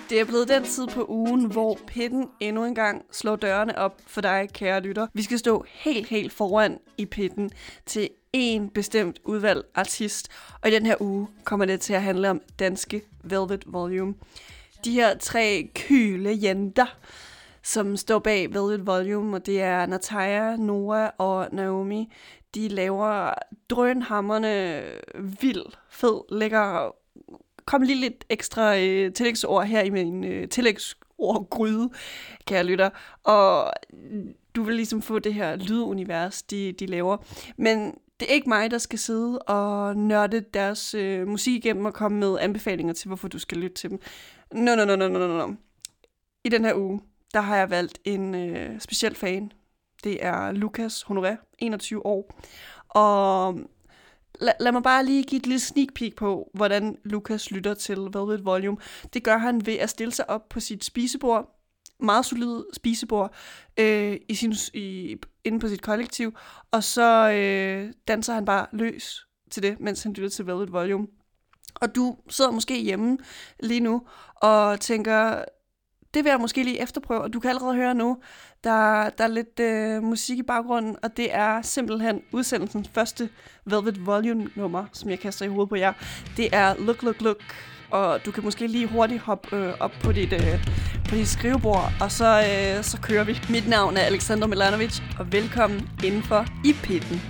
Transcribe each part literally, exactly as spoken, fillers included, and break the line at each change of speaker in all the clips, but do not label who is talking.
Det er blevet den tid på ugen, hvor pitten endnu en gang slår dørene op for dig, kære lytter. Vi skal stå helt, helt foran i pitten til en bestemt udvalgt artist. Og i den her uge kommer det til at handle om danske Velvet Volume. De her tre kyle jenter, som står bag Velvet Volume, og det er Nataya, Noah og Naomi. De laver drønhammerne, vild, fed, lækker. Kom lige lidt ekstra øh, tillægsord her i min øh, tillægsordgryde, kære lytter. Og du vil ligesom få det her lydunivers, de, de laver. Men det er ikke mig, der skal sidde og nørde deres øh, musik igennem og komme med anbefalinger til, hvorfor du skal lytte til dem. No, no, no, no, no, no. I den her uge, der har jeg valgt en øh, speciel fan. Det er Lucas Honoré, enogtyve år. Og La, lad mig bare lige give et lille sneak peek på, hvordan Lucas lytter til Velvet Volume. Det gør han ved at stille sig op på sit spisebord, meget solid spisebord, øh, i sin, i, inde på sit kollektiv, og så øh, danser han bare løs til det, mens han lytter til Velvet Volume. Og du sidder måske hjemme lige nu og tænker, det vil jeg måske lige efterprøve, og du kan allerede høre nu, der, der er lidt øh, musik i baggrunden, og det er simpelthen udsendelsens første Velvet Volume-nummer, som jeg kaster i hovedet på jer. Det er Look, Look, Look, og du kan måske lige hurtigt hoppe øh, op på dit, øh, på dit skrivebord, og så, øh, så kører vi. Mit navn er Alexander Milanovic, og velkommen indenfor i pitten.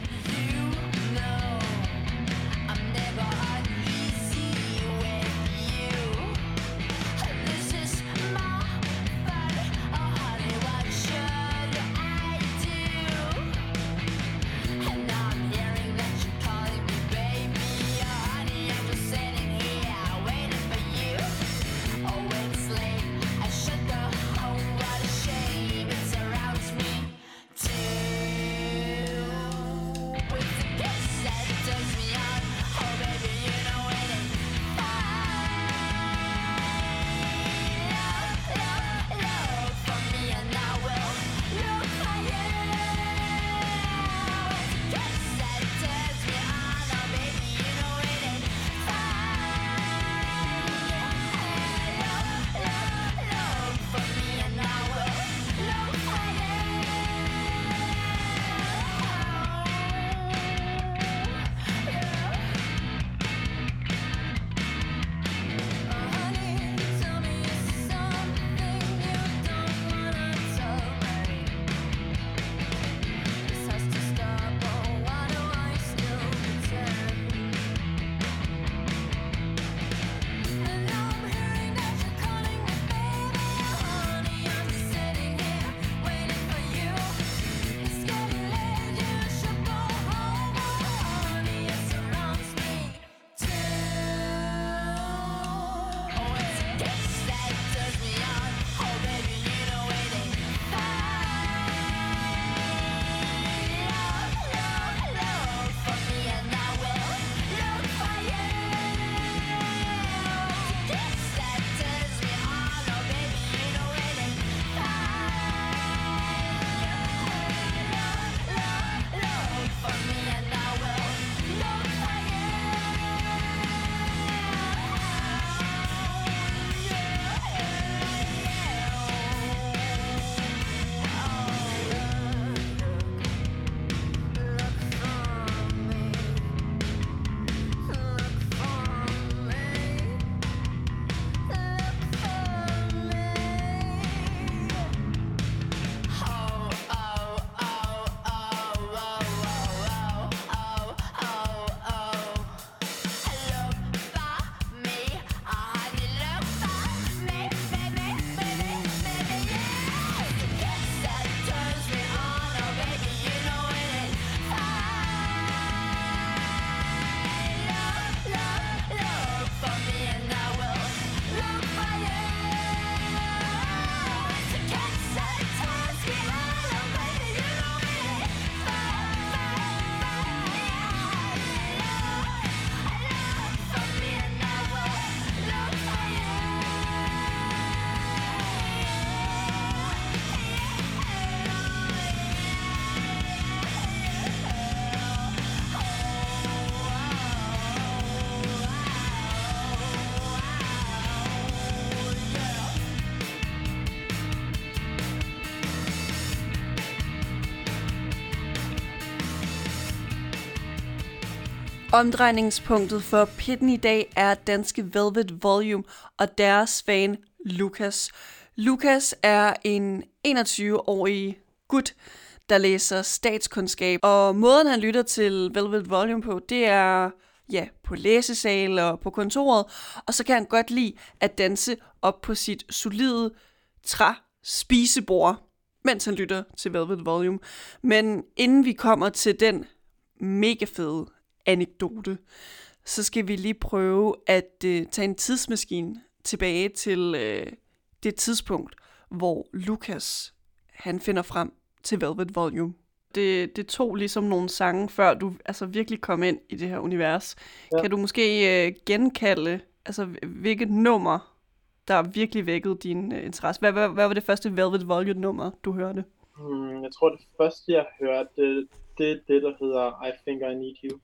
Omdrejningspunktet for Pitten i dag er danske Velvet Volume og deres fan Lukas. Lukas er en enogtyve-årig gut, der læser statskundskab, og måden han lytter til Velvet Volume på, det er ja, på læsesal og på kontoret, og så kan han godt lide at danse op på sit solide træ-spisebord, mens han lytter til Velvet Volume. Men inden vi kommer til den mega fede anekdote, så skal vi lige prøve at uh, tage en tidsmaskine tilbage til uh, det tidspunkt, hvor Lukas han finder frem til Velvet Volume. Det, det tog ligesom nogle sange, før du altså virkelig kom ind i det her univers. Ja. Kan du måske uh, genkalde, altså hvilket nummer, der virkelig vækkede din uh, interesse? Hvad, hvad, hvad var det første Velvet Volume nummer, du hørte?
Hmm, jeg tror det første, jeg hørte, det, det er det, der hedder I Think I Need You.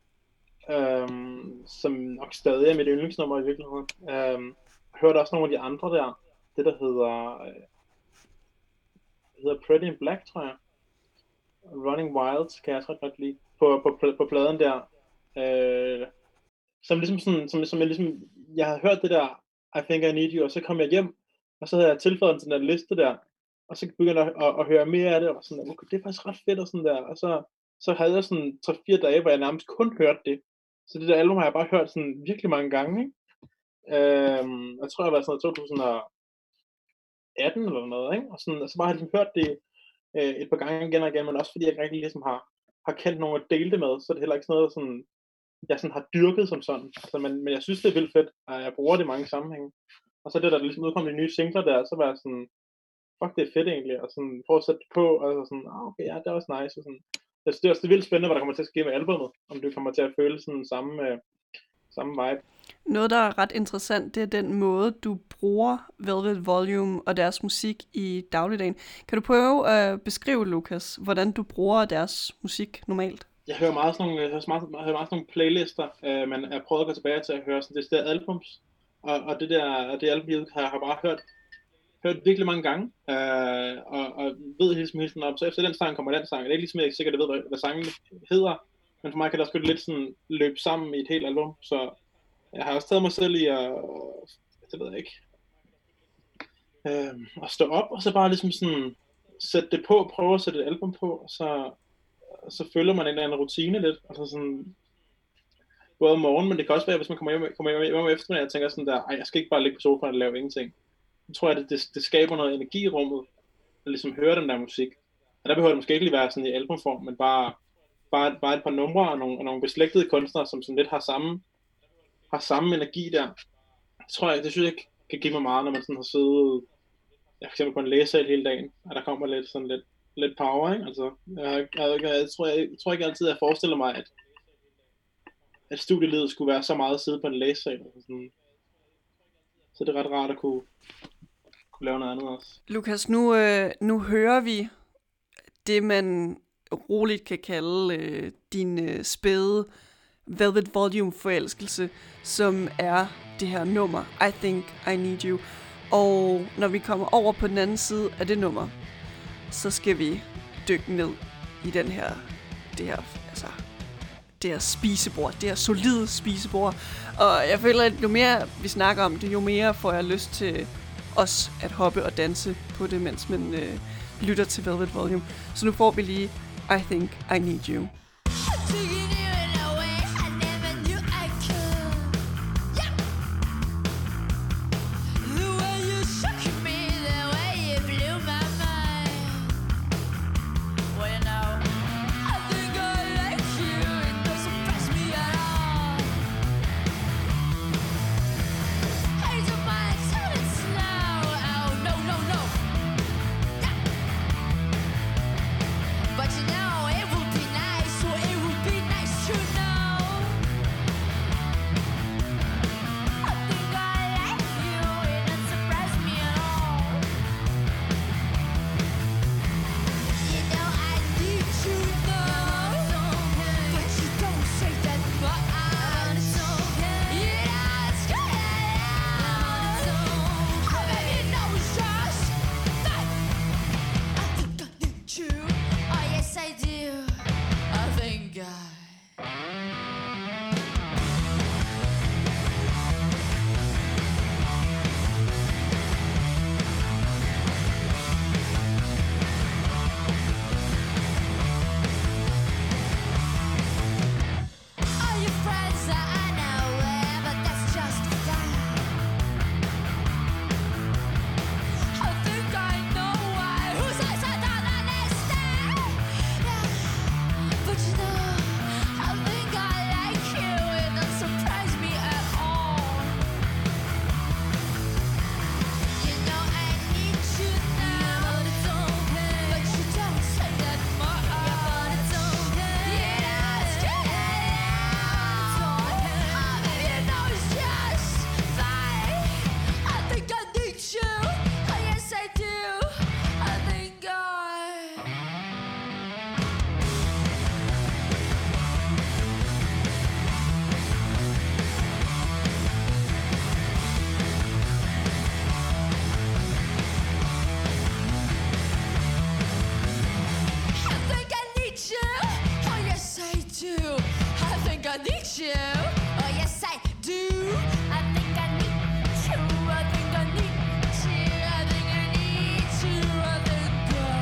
Um, som nok stadig er mit yndlingsnummer i virkeligheden. Um, jeg hørte også nogle af de andre der. Det, der hedder, uh, hedder Pretty in Black, tror jeg. Running Wild kan jeg også ret godt lide. På, på, på, på pladen der. Uh, som ligesom sådan, som, som jeg ligesom, jeg havde hørt det der I Think I Need You, og så kom jeg hjem, og så havde jeg tilføjet den til den der liste der, og så begyndte jeg at, at, at høre mere af det, og sådan, okay, det er faktisk ret fedt og sådan der, og så, så havde jeg sådan tre fire dage, hvor jeg nærmest kun hørte det. Så det der album har jeg bare hørt sådan virkelig mange gange, ikke? Øhm, jeg tror, jeg var sådan to tusind atten eller noget, ikke? Og, sådan, og så bare har jeg ligesom hørt det øh, et par gange igen og igen, men også fordi jeg ikke rigtig ligesom har, har kendt nogen at dele det med, så er det heller ikke sådan noget, sådan, jeg sådan har dyrket som sådan. Altså, men, men jeg synes, det er vildt fedt, og jeg bruger det i mange sammenhænge. Og så det der ligesom udkom de nye singler der, så var jeg sådan, fuck, det er fedt egentlig, og sådan prøve at sætte det på, og så sådan, ah, okay, ja, det er også nice, og sådan. Jeg synes, det er også vildt spændende, hvad der kommer til at ske med albumet, om du kommer til at føle sådan samme, øh, samme vibe.
Noget, der er ret interessant, det er den måde, du bruger Velvet Volume og deres musik i dagligdagen. Kan du prøve at øh, beskrive, Lukas, hvordan du bruger deres musik normalt?
Jeg hører meget sådan nogle, jeg hører meget, jeg hører meget sådan nogle playlister, øh, men jeg prøver at gå tilbage til at høre sådan det der albums, og, og det der det album, har jeg bare hørt, hørt virkelig mange gange, øh, og, og ved hele tiden op, så efter den sang kommer den sang. Det er ikke ligesom, jeg ikke sikkert ved, hvad, hvad sangen hedder, men for mig kan det også godt lidt sådan løbe sammen i et helt album, så jeg har også taget mig selv i at, det ved jeg ikke, øh, at stå op, og så bare ligesom sådan sætte det på, prøve at sætte et album på, og så, så følger man en eller anden rutine lidt, altså sådan, både om morgenen, men det kan også være, hvis man kommer hjem, kommer hjem om eftermiddag, og jeg tænker sådan der, ej, jeg skal ikke bare ligge på sofaen og lave ingenting. Jeg tror, at det, det, det skaber noget energi i rummet, at ligesom høre den der musik. Og der behøver det måske ikke lige være sådan i albumform, men bare, bare, bare et par numre og nogle, og nogle beslægtede kunstnere, som sådan lidt har samme, har samme energi der. Det tror jeg, det synes jeg kan give mig meget, når man sådan har siddet, ja, for eksempel på en læsesal hele dagen, og der kommer lidt sådan lidt, lidt power, ikke? Altså, jeg, jeg, jeg, jeg, tror, jeg, jeg tror ikke altid, at jeg forestiller mig, at, at studielivet skulle være så meget at sidde på en læsesal. Altså sådan. Så det er ret rart at kunne, kunne lave noget andet også.
Lukas, nu, øh, nu hører vi det, man roligt kan kalde øh, din øh, spæde Velvet Volume forelskelse, som er det her nummer, I Think I Need You. Og når vi kommer over på den anden side af det nummer, så skal vi dykke ned i den her, det her, altså, det her spisebord, det her solide spisebord. Og jeg føler, at jo mere vi snakker om det, jo mere får jeg lyst til os at hoppe og danse på det, mens man øh, lytter til Velvet Volume. Så nu får vi lige I Think I Need You.
But you know, it would be nice, so it would be nice. you. Oh yes I do. I think I need to. I think I need to. I think I need to. I think I.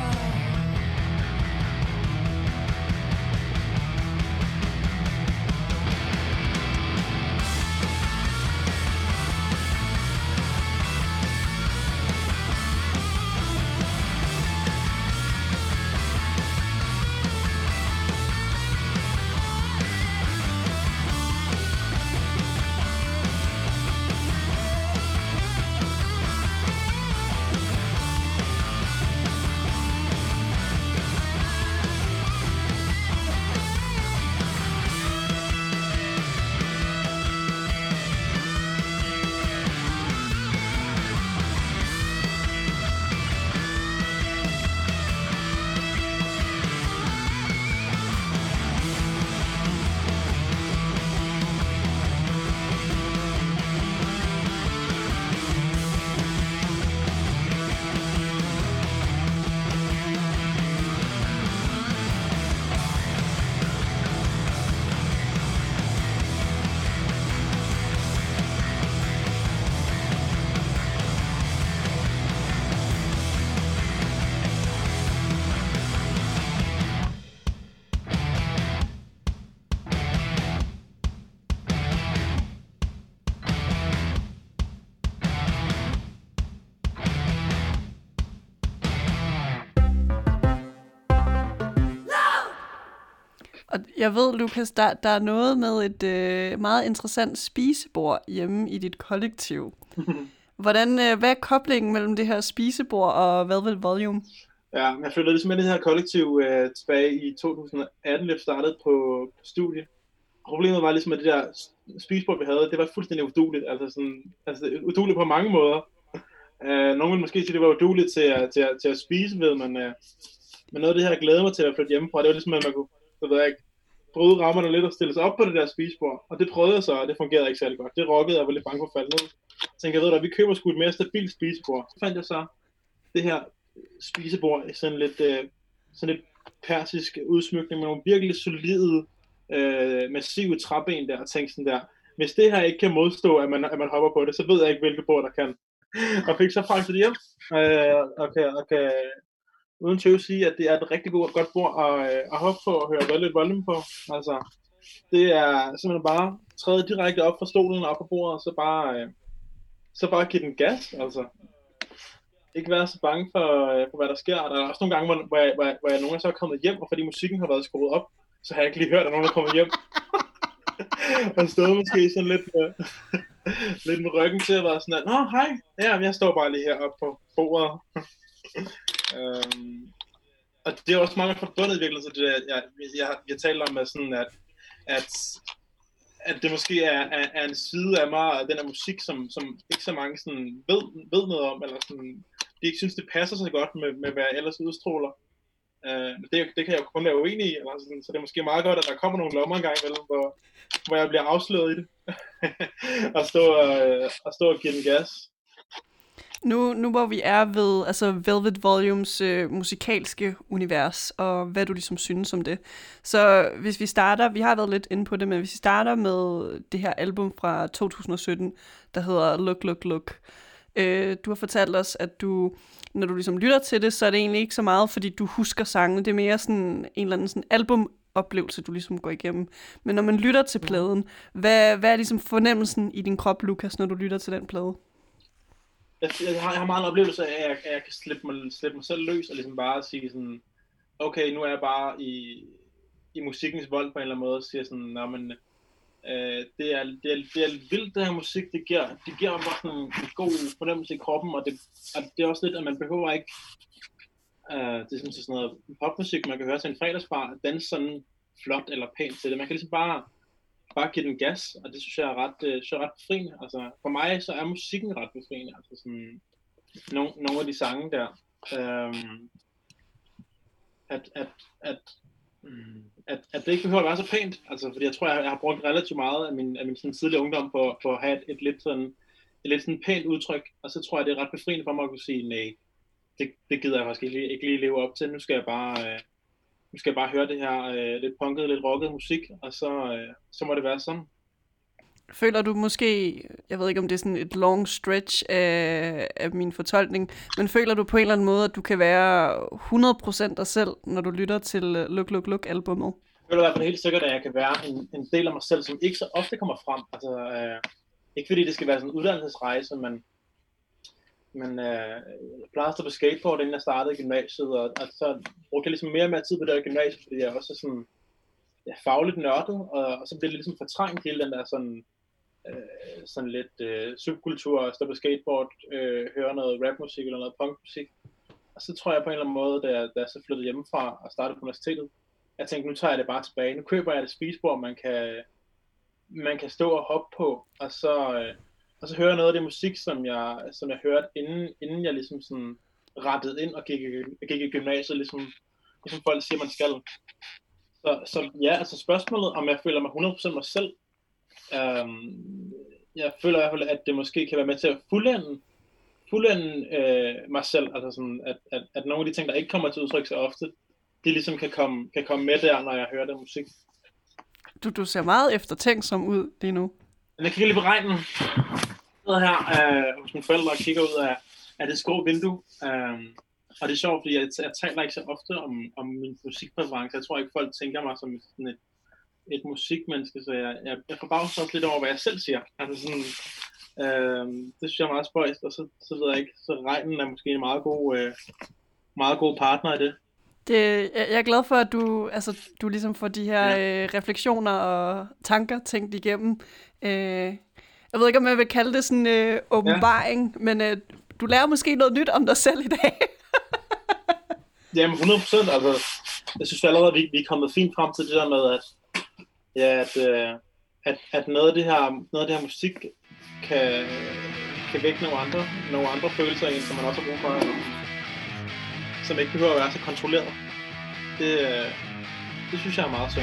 Og jeg ved, Lukas, der, der er noget med et øh, meget interessant spisebord hjemme i dit kollektiv. Hvordan, øh, hvad er koblingen mellem det her spisebord og Velvet Volume?
Ja, jeg flyttede ligesom ind i det her kollektiv øh, tilbage i to tusind atten, jeg startede på studie. Problemet var ligesom, at det der spisebord, vi havde, det var fuldstændig udueligt. Altså, sådan, altså udueligt på mange måder. Uh, nogen vil måske sige, at det var udueligt til at, til at, til at spise ved, men, uh, men noget af det her, jeg glæder mig til at flytte hjemmefra, det var ligesom, at man kunne, jeg ved ikke, bryde rammerne lidt og stille sig op på det der spisebord. Og det prøvede jeg så, og det fungerede ikke særlig godt. Det rokkede, jeg var lidt bange for at falde ned. Så tænkte jeg, ved du, vi køber sgu et mere stabilt spisebord. Så fandt jeg så det her spisebord i sådan lidt, uh, sådan lidt persisk udsmykning med nogle virkelig solide, uh, massive træben der, og tænkte sådan der, hvis det her ikke kan modstå, at man, at man hopper på det, så ved jeg ikke, hvilket bord der kan. Og fik så fragtet det hjem, øh, og, kan, og kan uden tøve sige, at det er et rigtig godt, godt bord at, at hoppe på og høre Velvet Volume på. Altså, det er simpelthen bare træde direkte op fra stolen og op på bordet, og så bare, øh, så bare give den gas, altså. Ikke være så bange for, øh, for hvad der sker. Der er også nogle gange, hvor, hvor, jeg, hvor, jeg, hvor jeg nogle gange så er kommet hjem, og fordi musikken har været skruet op, så har jeg ikke lige hørt, at nogen er kommet hjem. Og stod måske sådan lidt, øh, lidt med ryggen til at være sådan, at nå hej, ja, jeg står bare lige heroppe på bordet. øhm, og det er også mange forbundet virkelig, så det, jeg, jeg, jeg taler om, at, sådan, at, at, at det måske er, er, er en side af mig, af den her musik, som, som ikke så mange sådan ved, ved noget om, eller sådan, de ikke synes, det passer så godt med, med hvad jeg ellers udstråler. Uh, det, det kan jeg jo kun være uenig i, eller sådan, så det er måske meget godt, at der kommer nogle lommer en gang imellem, hvor, hvor jeg bliver afsløret i det, og, stå og, og stå og give den gas.
Nu, nu hvor vi er ved altså Velvet Volumes øh, musikalske univers, og hvad du ligesom synes om det. Så hvis vi starter, vi har været lidt inde på det, men hvis vi starter med det her album fra to tusind og sytten, der hedder Look, Look, Look. Øh, du har fortalt os, at du, når du ligesom lytter til det, så er det egentlig ikke så meget, fordi du husker sangen. Det er mere sådan en eller anden sådan albumoplevelse, du ligesom går igennem. Men når man lytter til pladen, hvad, hvad er ligesom fornemmelsen i din krop, Lukas, når du lytter til den plade?
Jeg, jeg, har, jeg har meget en oplevelse af, at jeg, at jeg kan slippe mig, slippe mig selv løs, og ligesom bare sige sådan, okay, nu er jeg bare i, i musikkens vold på en eller anden måde, og siger sådan, nå, men øh, det, er, det, er, det er vildt, det her musik, det giver, det giver mig bare sådan en god fornemmelse i kroppen, og det, og det er også lidt, at man behøver ikke, øh, det er sådan, sådan noget popmusik, man kan høre til en fredagsbar, at danse sådan flot eller pænt til det. Man kan ligesom bare, bare give den gas, og det synes jeg er ret, øh, synes jeg er ret befriende. Altså, for mig så er musikken ret befriende, altså sådan, nogle, nogle af de sange der, øhm, at, at, at, at, at det ikke behøver at være så pænt, altså, fordi jeg tror, jeg, jeg har brugt relativt meget af min, af min sådan, tidlige ungdom på, på at have et, et lidt sådan, et lidt sådan pænt udtryk, og så tror jeg, det er ret befriende for mig at kunne sige, nej, det, det gider jeg faktisk ikke, ikke lige leve op til, nu skal jeg bare, øh, nu skal jeg bare høre det her øh, lidt punkede, lidt rockede musik, og så, øh, så må det være sådan.
Føler du måske, jeg ved ikke om det er sådan et long stretch af, af min fortolkning, men føler du på en eller anden måde, at du kan være hundrede procent dig selv, når du lytter til Look Look Look albumet?
Jeg føler i hvert fald helt sikkert, at jeg kan være en, en del af mig selv, som ikke så ofte kommer frem. Altså, øh, ikke fordi det skal være sådan en uddannelsesrejse, men, men øh, jeg plejede at stå på skateboard, inden jeg startede i gymnasiet, og, og så brugte jeg ligesom mere og mere tid på det her gymnasiet, fordi jeg også er sådan ja, fagligt nørdet, og, og så bliver det ligesom fortrængt hele den der sådan, øh, sådan lidt øh, subkultur, at stå på skateboard, øh, høre noget rapmusik eller noget punkmusik. Og så tror jeg på en eller anden måde, da jeg, da jeg så flyttede hjemmefra og startede på universitetet, jeg tænkte, nu tager jeg det bare tilbage. Nu køber jeg det spisebord, man kan, man kan stå og hoppe på, og så, øh, og så høre noget af det musik, som jeg, som jeg hørte, inden, inden jeg ligesom sådan rettede ind og gik, gik i gymnasiet, ligesom, ligesom folk siger, man skal. Så, så ja, altså spørgsmålet, om jeg føler mig hundrede procent mig selv, øhm, jeg føler i hvert fald, at det måske kan være med til at fuldende, fuldende øh, mig selv, altså sådan, at, at, at nogle af de ting, der ikke kommer til udtryk så ofte, de ligesom kan komme, kan komme med der, når jeg hører den musik.
Du, du ser meget eftertænksom ud lige nu.
Jeg kigger lige på regnen. Jeg sidder her øh, hos mine forældre og kigger ud af, af det skrå vindue. Øh, og det er sjovt, fordi jeg, jeg taler ikke så ofte om, om min musikpræference. Jeg tror ikke, folk tænker mig som sådan et, et musikmenneske, så jeg, jeg, jeg forbavser også lidt over, hvad jeg selv siger. Altså sådan, øh, det synes jeg er meget spøjst, og så, så ved jeg ikke, så regnen er måske en meget god, øh, meget god partner i det.
Det, jeg er glad for, at du, altså, du ligesom får de her ja. øh, refleksioner og tanker tænkt igennem. Øh, jeg ved ikke, om jeg vil kalde det sådan en øh, åbenbaring, ja. men øh, du lærer måske noget nyt om dig selv i dag.
Jamen hundrede procent. Altså, jeg synes allerede, at vi, vi er kommet fint frem til det der med, at, ja, at, øh, at, at noget, af det her, noget af det her musik kan, kan vække nogle andre, nogle andre følelser i en, som man også har brug for. Som ikke behøver at være så kontrolleret. Det, det synes jeg er meget synd.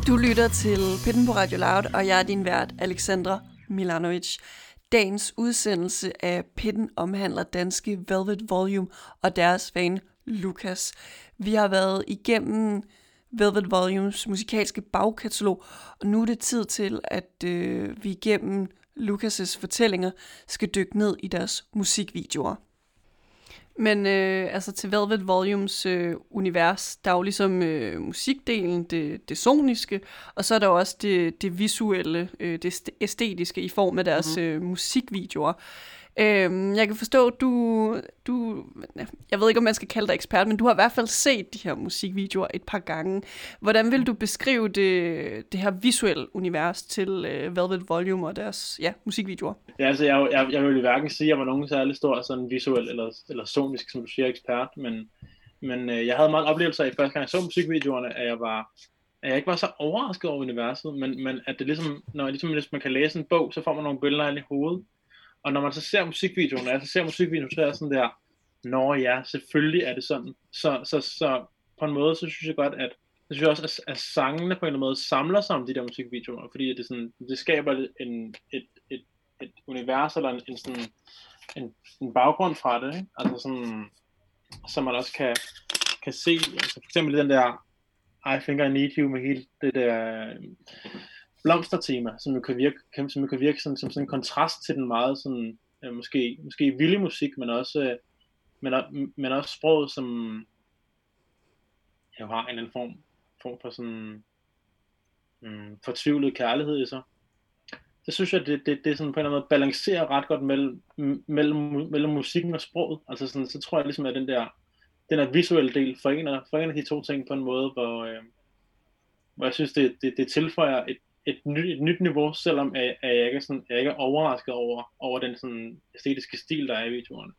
Du lytter til Pitten på Radio Loud, og jeg er din vært, Alexandra Milanovic. Dagens udsendelse af Pitten omhandler danske Velvet Volume og deres fan Lukas. Vi har været igennem Velvet Volumes musikalske bagkatalog, og nu er det tid til, at øh, vi igennem Lukas' fortællinger skal dykke ned i deres musikvideoer. Men øh, altså til Velvet Volumes øh, univers, der er jo ligesom øh, musikdelen, det, det soniske, og så er der også det, det visuelle, øh, det æstetiske i form af deres mm-hmm. øh, musikvideoer. Øh, jeg kan forstå, at du, du, jeg ved ikke, om man skal kalde dig ekspert, men du har i hvert fald set de her musikvideoer et par gange. Hvordan vil du beskrive det, det her visuelle univers til øh, Velvet Volume og deres ja, musikvideoer?
Ja, altså jeg, jeg, jeg vil hverken sige, at jeg var nogen særlig stor sådan visuel eller, eller sonisk, som du siger, ekspert, men, men øh, jeg havde meget oplevelser i første gang, jeg så musikvideoerne, at jeg var, at jeg ikke var så overrasket over universet, men, men at det ligesom, når ligesom, hvis man kan læse en bog, så får man nogle billeder ind i hovedet. Og når man så ser musikvideoen, når jeg så ser musikvideoen, så er jeg sådan der, nå ja, selvfølgelig er det sådan. Så, så, så på en måde, så synes jeg godt, at jeg synes også, at, at sangene på en eller anden måde samler sig om de der musikvideoer, fordi det, sådan, det skaber en, et, et, et univers eller en, en, sådan, en, en baggrund fra det, ikke? Altså sådan, så man også kan, kan se, altså for eksempel den der I Think I Need You med hele det der blomstertema, som jo kan virke, som jo kan virke sådan, som sådan en kontrast til den meget sådan, øh, måske, måske vilde musik, men også, øh, men, men også sproget, som jo har en eller anden form, form for sådan mm, fortvivlet kærlighed i sig. Så synes jeg, det, det, det sådan på en eller anden måde balancerer ret godt mellem, mellem, mellem musikken og sproget. Altså sådan, så tror jeg ligesom, at den der, den der visuelle del forener, forener de to ting på en måde, hvor, øh, hvor jeg synes, det, det, det tilføjer et Et nyt, et nyt niveau, selvom jeg, jeg, ikke, er sådan, jeg ikke er overrasket over, over den sådan æstetiske stil, der er i videoerne.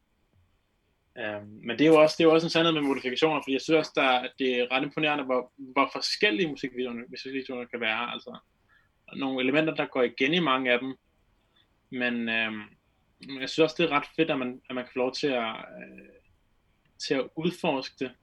Um, men det er, jo også, det er jo også en sandhed med modifikationer, fordi jeg synes også, der, at det er ret imponerende, hvor, hvor forskellige musikvideoerne, musikvideoerne kan være. Altså, nogle elementer, der går igen i mange af dem. Men um, jeg synes også, det er ret fedt, at man, at man kan få lov til at, uh, til at udforske det.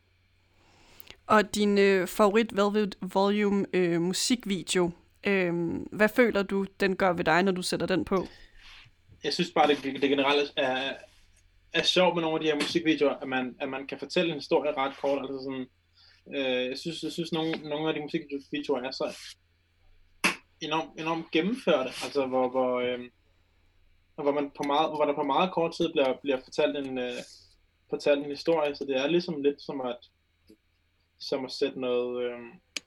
Og din øh, favorit Velvet Volume øh, musikvideo, øh, hvad føler du, den gør ved dig, når du sætter den på?
Jeg synes bare, det, det generelt er, er sjovt med nogle af de her musikvideoer, at man, at man kan fortælle en historie ret kort. Altså sådan, øh, jeg synes, jeg synes nogle, nogle af de musikvideoer er så enormt, enormt gennemførte, altså hvor, hvor, øh, hvor, man på meget, hvor der på meget kort tid bliver, bliver fortalt, en, øh, fortalt en historie, så det er ligesom lidt som at som at sætte noget, øh,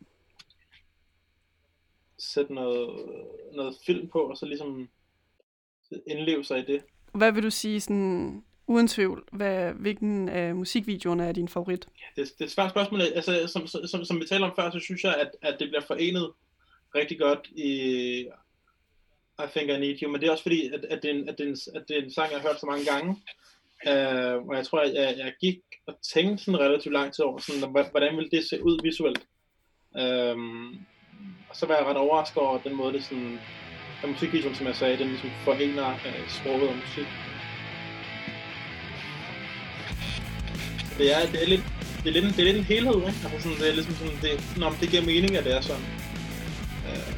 sætte noget, noget film på, og så ligesom indleve sig i det.
Hvad vil du sige, sådan, uden tvivl, hvad, hvilken af musikvideoerne er din favorit?
Ja, det, det er et svært spørgsmål. Altså, som, som, som vi talte om før, så synes jeg, at, at det bliver forenet rigtig godt i I Think I Need You, men det er også fordi, at, at, det, er en, at, det, er en, at det er en sang, jeg har hørt så mange gange. Uh, og jeg tror, at jeg, jeg gik og tænkte sådan relativt lang tid over, sådan, hvordan ville det se ud visuelt. Um, og så var jeg ret overrasket over den måde, det sådan, den musikvideoen, som jeg sagde, den ligesom forener uh, sproget og musik. Det er, det er lidt, det er lidt, en, det er lidt en helhed, ikke? Altså sådan, det er ligesom sådan, det, nå, det giver mening, at det er sådan. Uh,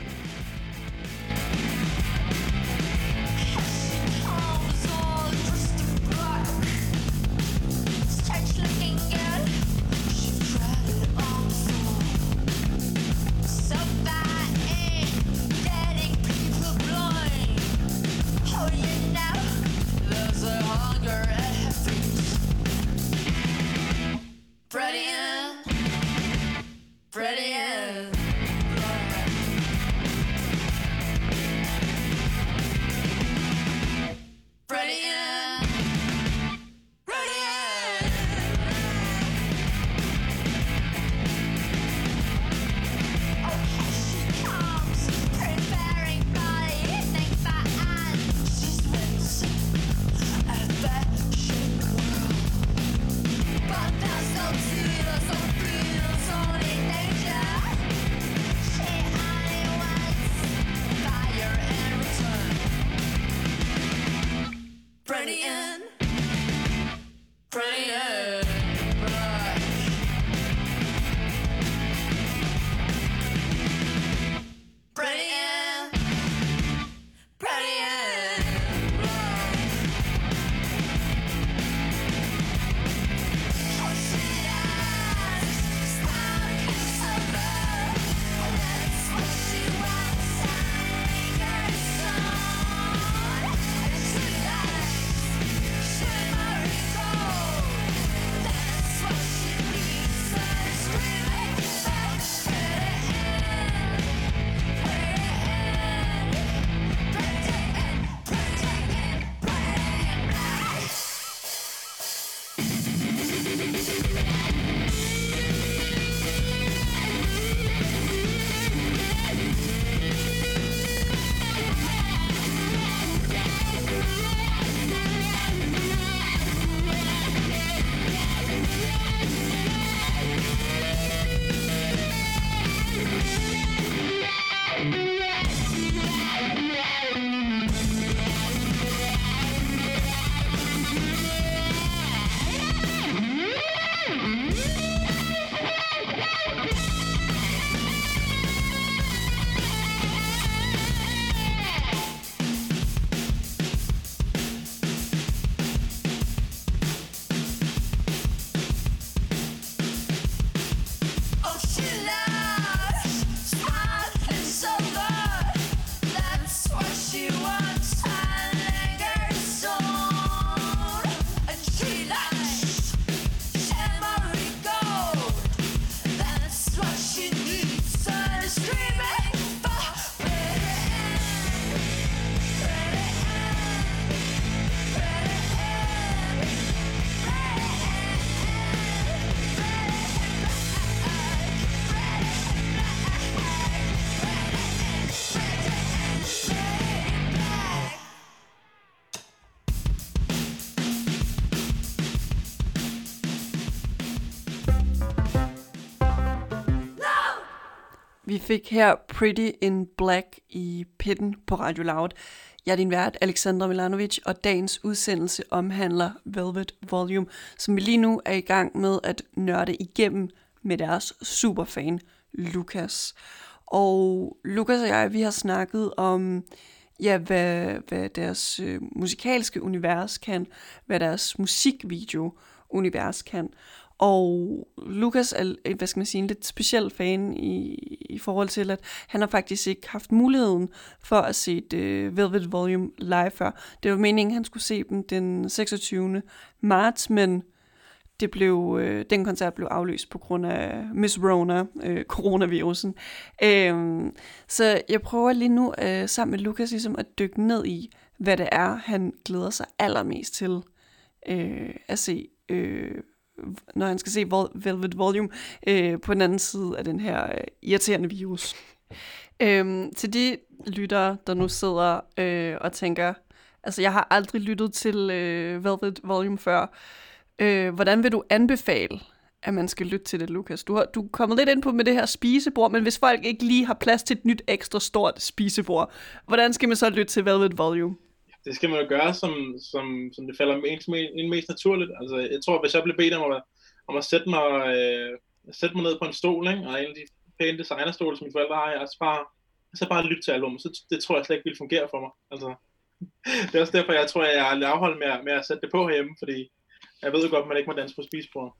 Vi fik her Pretty in Black i Pitten på Radio Loud. Jeg er din vært, Alexandra Milanovic, og dagens udsendelse omhandler Velvet Volume, som vi lige nu er i gang med at nørde igennem med deres superfan, Lukas. Og Lukas og jeg, vi har snakket om, ja, hvad, hvad deres øh, musikalske univers kan, hvad deres musikvideo-univers kan. Og Lukas er, hvad skal man sige, en lidt speciel fan i, i forhold til, at han har faktisk ikke haft muligheden for at se uh, Velvet Volume live før. Det var meningen, at han skulle se dem den seksogtyvende marts, men det blev, uh, den koncert blev aflyst på grund af Miss Rona, uh, coronavirusen. Uh, så jeg prøver lige nu uh, sammen med Lukas ligesom at dykke ned i, hvad det er, han glæder sig allermest til uh, at se, uh, når han skal se Velvet Volume øh, på den anden side af den her øh, irriterende virus. Øhm, til de lyttere, der nu sidder øh, og tænker, altså jeg har aldrig lyttet til øh, Velvet Volume før. Øh, hvordan vil du anbefale, at man skal lytte til det, Lukas? Du har du er kommet lidt ind på med det her spisebord, men hvis folk ikke lige har plads til et nyt ekstra stort spisebord, hvordan skal man så lytte til Velvet Volume?
Det skal man jo gøre, som, som, som det falder ens, en mest naturligt. Altså, jeg tror, hvis jeg blev bedt om at, om at sætte, mig, øh, sætte mig ned på en stol, ikke? Og en af de pæne designerstole, som mine forældre har, jeg så bare, så bare lytte til albumet, så det tror jeg slet ikke ville fungere for mig. Altså, det er også derfor, jeg tror, jeg er afholdt med, med at sætte det på herhjemme, fordi jeg ved jo godt, at man ikke må danse på spisebord.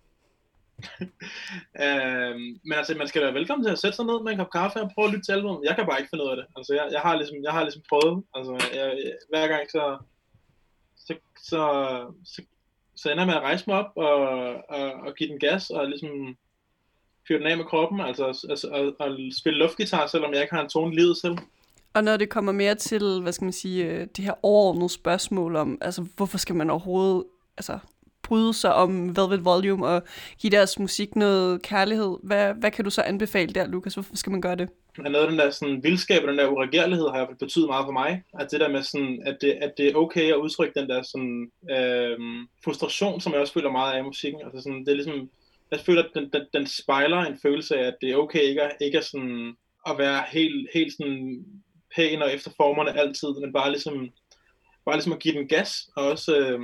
øhm, men altså, man skal være velkommen til at sætte sig ned med en kop kaffe og prøve at lytte til albumet. Jeg kan bare ikke finde ud af det. Altså, jeg, jeg, har, ligesom, jeg har ligesom prøvet. Altså, jeg, jeg, hver gang så så, så, så så ender jeg med at rejse mig op og, og, og give den gas og ligesom fyre den af med kroppen. Altså, altså og, og spille luftgitar, selvom jeg ikke har en tone livet selv.
Og når det kommer mere til, hvad skal man sige, det her overordnede spørgsmål om, altså, hvorfor skal man overhovedet, altså, bryde sig om Velvet Volume og give deres musik noget kærlighed. Hvad, hvad kan du så anbefale der, Lukas? Hvorfor skal man gøre det?
Noget af den der sådan, vildskab og den der uregerlighed har jo betydet meget for mig. At det der med sådan, at det, at det er okay at udtrykke den der sådan, øh, frustration, som jeg også føler meget af i musikken. Altså sådan, det er ligesom, jeg føler, at den, den, den spejler en følelse af, at det er okay ikke at, ikke at, sådan, at være helt, helt sådan pæn og efter formerne altid, men bare ligesom, bare ligesom at give den gas og også øh,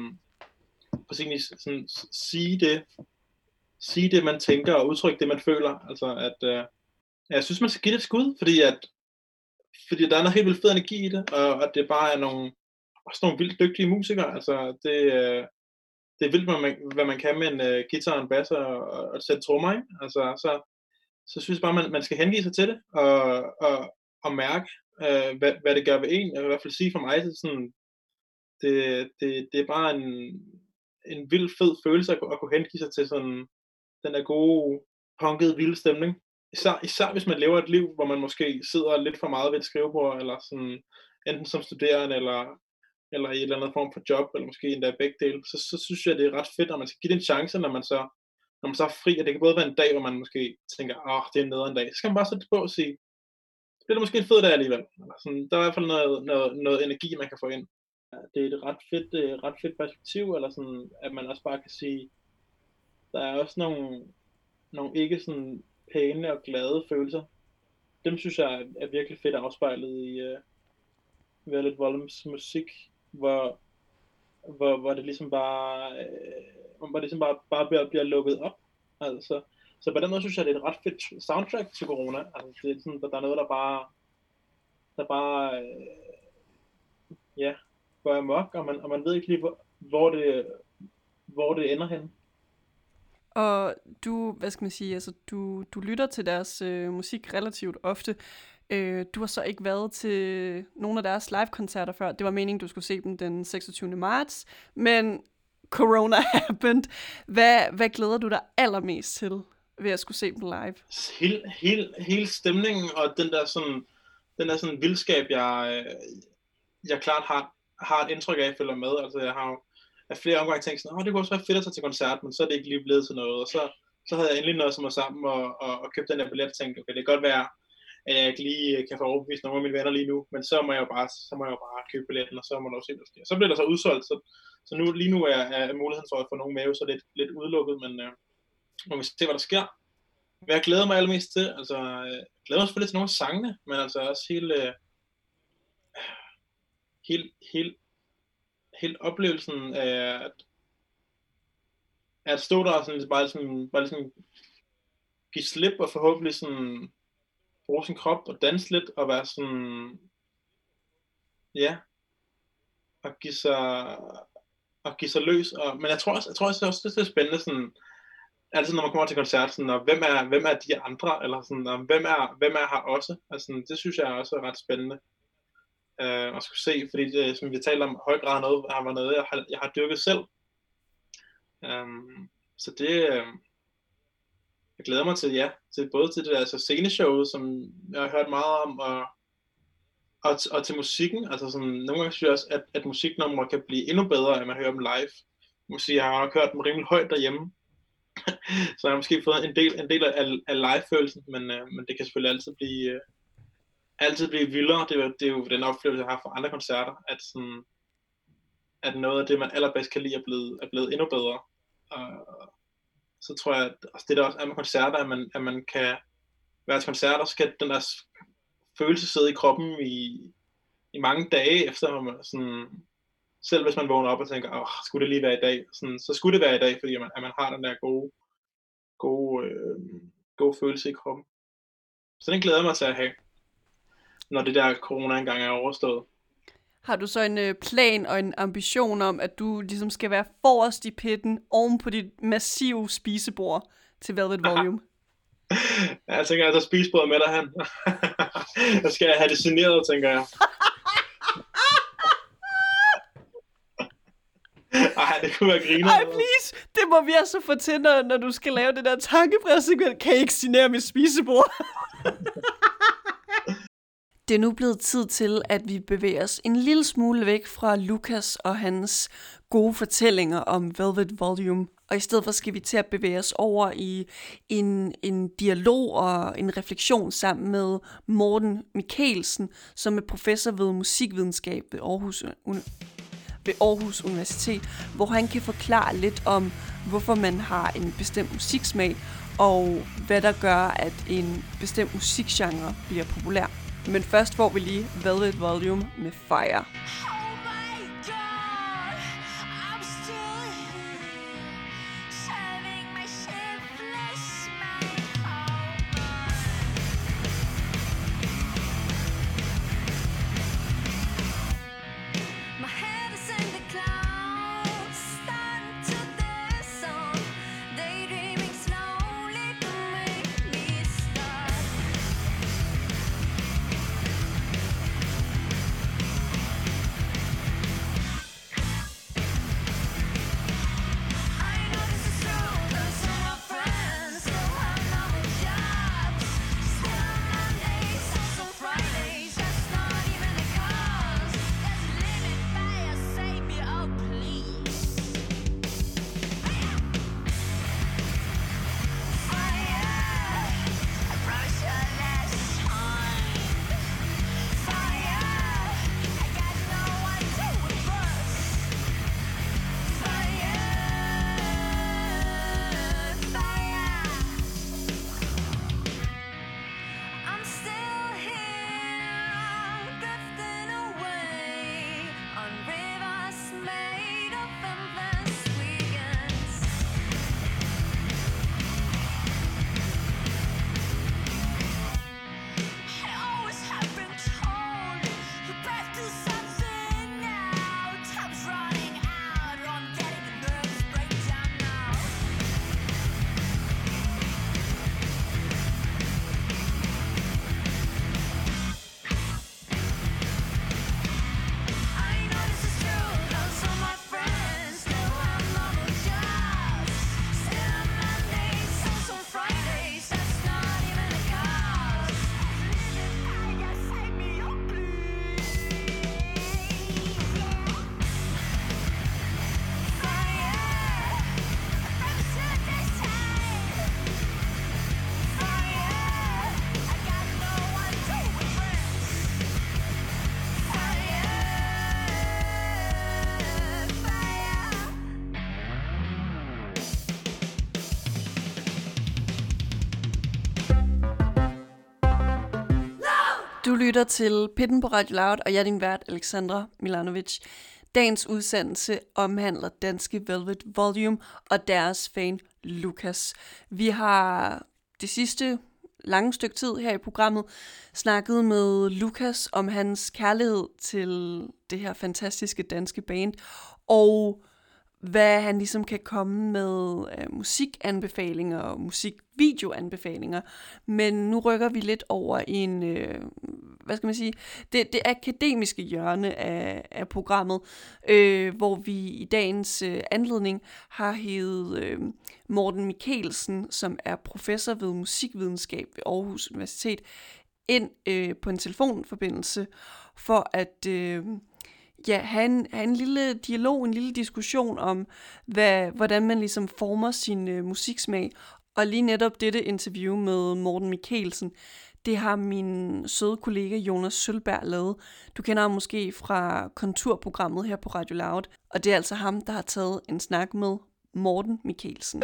præcis sådan sige det, sige det man tænker og udtrykke det man føler. Altså at øh, jeg synes man skal give det et skud, fordi at fordi der er noget helt vildt fed energi i det, og at det bare er nogle også nogle vildt dygtige musikere. Altså det øh, det er vildt hvad man, hvad man kan med en øh, guitar og en bass og, og, og sætte trommer, ikke? Altså så så synes jeg bare man man skal hengive sig til det og og og mærke øh, hvad hvad det gør ved en. Jeg vil i hvert fald sige for mig, det sådan det det det er bare en en vild fed følelse at, at kunne hengive sig til sådan den der gode, punkede, vilde stemning. Især, især hvis man lever et liv, hvor man måske sidder lidt for meget ved et skrivebord, eller sådan, enten som studerende, eller, eller i et eller andet form for job, eller måske endda begge dele, så, så synes jeg, det er ret fedt, at man skal give det en chance, når man så, når man så er fri, og det kan både være en dag, hvor man måske tænker, åh, oh, det er en nederen dag. Så skal man bare sætte det på og sige, det bliver måske en fed dag alligevel. Eller sådan, der er i hvert fald noget, noget, noget energi, man kan få ind. Det er et ret fedt, et ret fedt perspektiv, eller sådan, at man også bare kan sige, der er også nogle, nogle ikke sådan pæne og glade følelser. Dem synes jeg er, er virkelig fedt afspejlet i uh, Velvet Volumes musik, hvor, hvor, hvor det ligesom bare, uh, hvor det ligesom bare, bare bliver, bliver lukket op. Altså, så på den måde synes jeg, det er et ret fedt soundtrack til corona. Altså, det er sådan, der, der er noget, der bare, der bare, uh, ja, går amok, og man, og man ved ikke lige, hvor, hvor, det, hvor det ender hen.
Og du, hvad skal man sige, altså du, du lytter til deres øh, musik relativt ofte. Øh, du har så ikke været til nogle af deres live-koncerter før. Det var meningen, du skulle se dem den seksogtyvende marts, men corona happened. Hvad, hvad glæder du dig allermest til ved at skulle se dem live?
Hele, hele, hele stemningen og den der sådan, den der sådan vildskab, jeg, jeg klart har, har et indtryk af, at jeg følger med. Altså jeg har jo af flere omgange tænkt sådan, åh, det kunne også være fedt at tage til koncert, men så er det ikke lige blevet til noget. Og så, så havde jeg endelig noget som mig sammen og, og, og købt den der billet og tænkte, okay, det kan godt være, at jeg ikke lige kan få overbevist nogle af mine venner lige nu, men så må jeg jo bare, så må jeg jo bare købe billetten, og så må der se, hvad der sker. Så blev der så udsolgt, så, så nu, lige nu er, er muligheden for at få nogen med, så lidt, lidt udelukket, men øh, må vi se, hvad der sker. hvad jeg glæder mig allermest til, altså, jeg glæder mig selvfølgelig til nogle af sangene, men altså også hele, øh, hele, hele, hele oplevelsen af at, at stå der og sådan, bare, sådan, bare sådan give slip og forhåbentlig sådan bruge sin krop og danse lidt og være sådan, ja, og give sig, og give sig løs. Og, men jeg tror også, jeg tror også, også det er spændende sådan, altid når man kommer til koncert, sådan, og hvem er, hvem er de andre, eller sådan, og hvem er, hvem er her også, altså, det synes jeg også er ret spændende øh, at skulle se, fordi det, som vi taler om, høj grad noget, har været noget, jeg har, jeg har dyrket selv. Um, så det, øh, jeg glæder mig til, ja, til både til det der altså sceneshow, som jeg har hørt meget om, og, og, og til musikken, altså sådan, nogle gange synes jeg også, at, at musiknumre kan blive endnu bedre, end man hører dem live. Jeg må sige, jeg har nok hørt dem rimelig højt derhjemme, så jeg har måske fået en del, en del af, af live-følelsen, men, øh, men det kan selvfølgelig altid blive, øh, altid blive vildere. Det er, det er jo den oplevelse, jeg har fra andre koncerter, at, sådan, at noget af det, man allerbedst kan lide, er blevet, er blevet endnu bedre. Og så tror jeg, at altså det der også er med koncerter, at man, at man kan være til koncerter, så skal den der følelse sidde i kroppen i, i mange dage efter, man sådan, selv hvis man vågner op og tænker, åh, skulle det lige være i dag? Sådan, så skulle det være i dag, fordi man, at man har den der gode, gode, øh, gode følelse i kroppen. Så den glæder jeg mig til at have, når det der corona engang er overstået.
Har du så en øh, plan og en ambition om, at du ligesom skal være forrest i pitten oven på dit massive spisebord til Velvet Volume?
Ja, jeg tænker, at jeg tager spisebordet med dig, han. Jeg skal have det signeret, tænker jeg. Ej, det kunne være griner.
Ej, please! Det må vi altså få til, når, når du skal lave det der tankepræssegment. Kan I ikke signere mit spisebord? Det er nu blevet tid til, at vi bevæger os en lille smule væk fra Lukas og hans gode fortællinger om Velvet Volume. Og i stedet for skal vi til at bevæge os over i en, en dialog og en refleksion sammen med Morten Mikkelsen, som er professor ved musikvidenskab ved Aarhus, ved Aarhus Universitet, hvor han kan forklare lidt om, hvorfor man har en bestemt musiksmag, og hvad der gør, at en bestemt musikgenre bliver populær. Men først får vi lige Velvet Volume med Fire.
Oh my God, I'm still here, serving my shiftless mind. My head is in the clouds, stunned to this song, daydreaming slowly to make me stop.
Du lytter til Pitten på Radio Loud, og jeg er din vært, Alexandra Milanovic. Dagens udsendelse omhandler Danske Velvet Volume og deres fan Lukas. Vi har det sidste lange stykke tid her i programmet snakket med Lukas om hans kærlighed til det her fantastiske danske band, og hvad han ligesom kan komme med øh, musikanbefalinger og musikvideoanbefalinger. Men nu rykker vi lidt over i en, øh, hvad skal man sige, det, det akademiske hjørne af, af programmet, øh, hvor vi i dagens øh, anledning har hævet øh, Morten Michelsen, som er professor ved musikvidenskab ved Aarhus Universitet, ind øh, på en telefonforbindelse for at øh, ja, have en, have en lille dialog, en lille diskussion om, hvad, hvordan man ligesom former sin øh, musiksmag. Og lige netop dette interview med Morten Michelsen, det har min søde kollega Jonas Sølberg lavet. Du kender ham måske fra Konturprogrammet her på Radio Loud. Og det er altså ham, der har taget en snak med Morten Michelsen.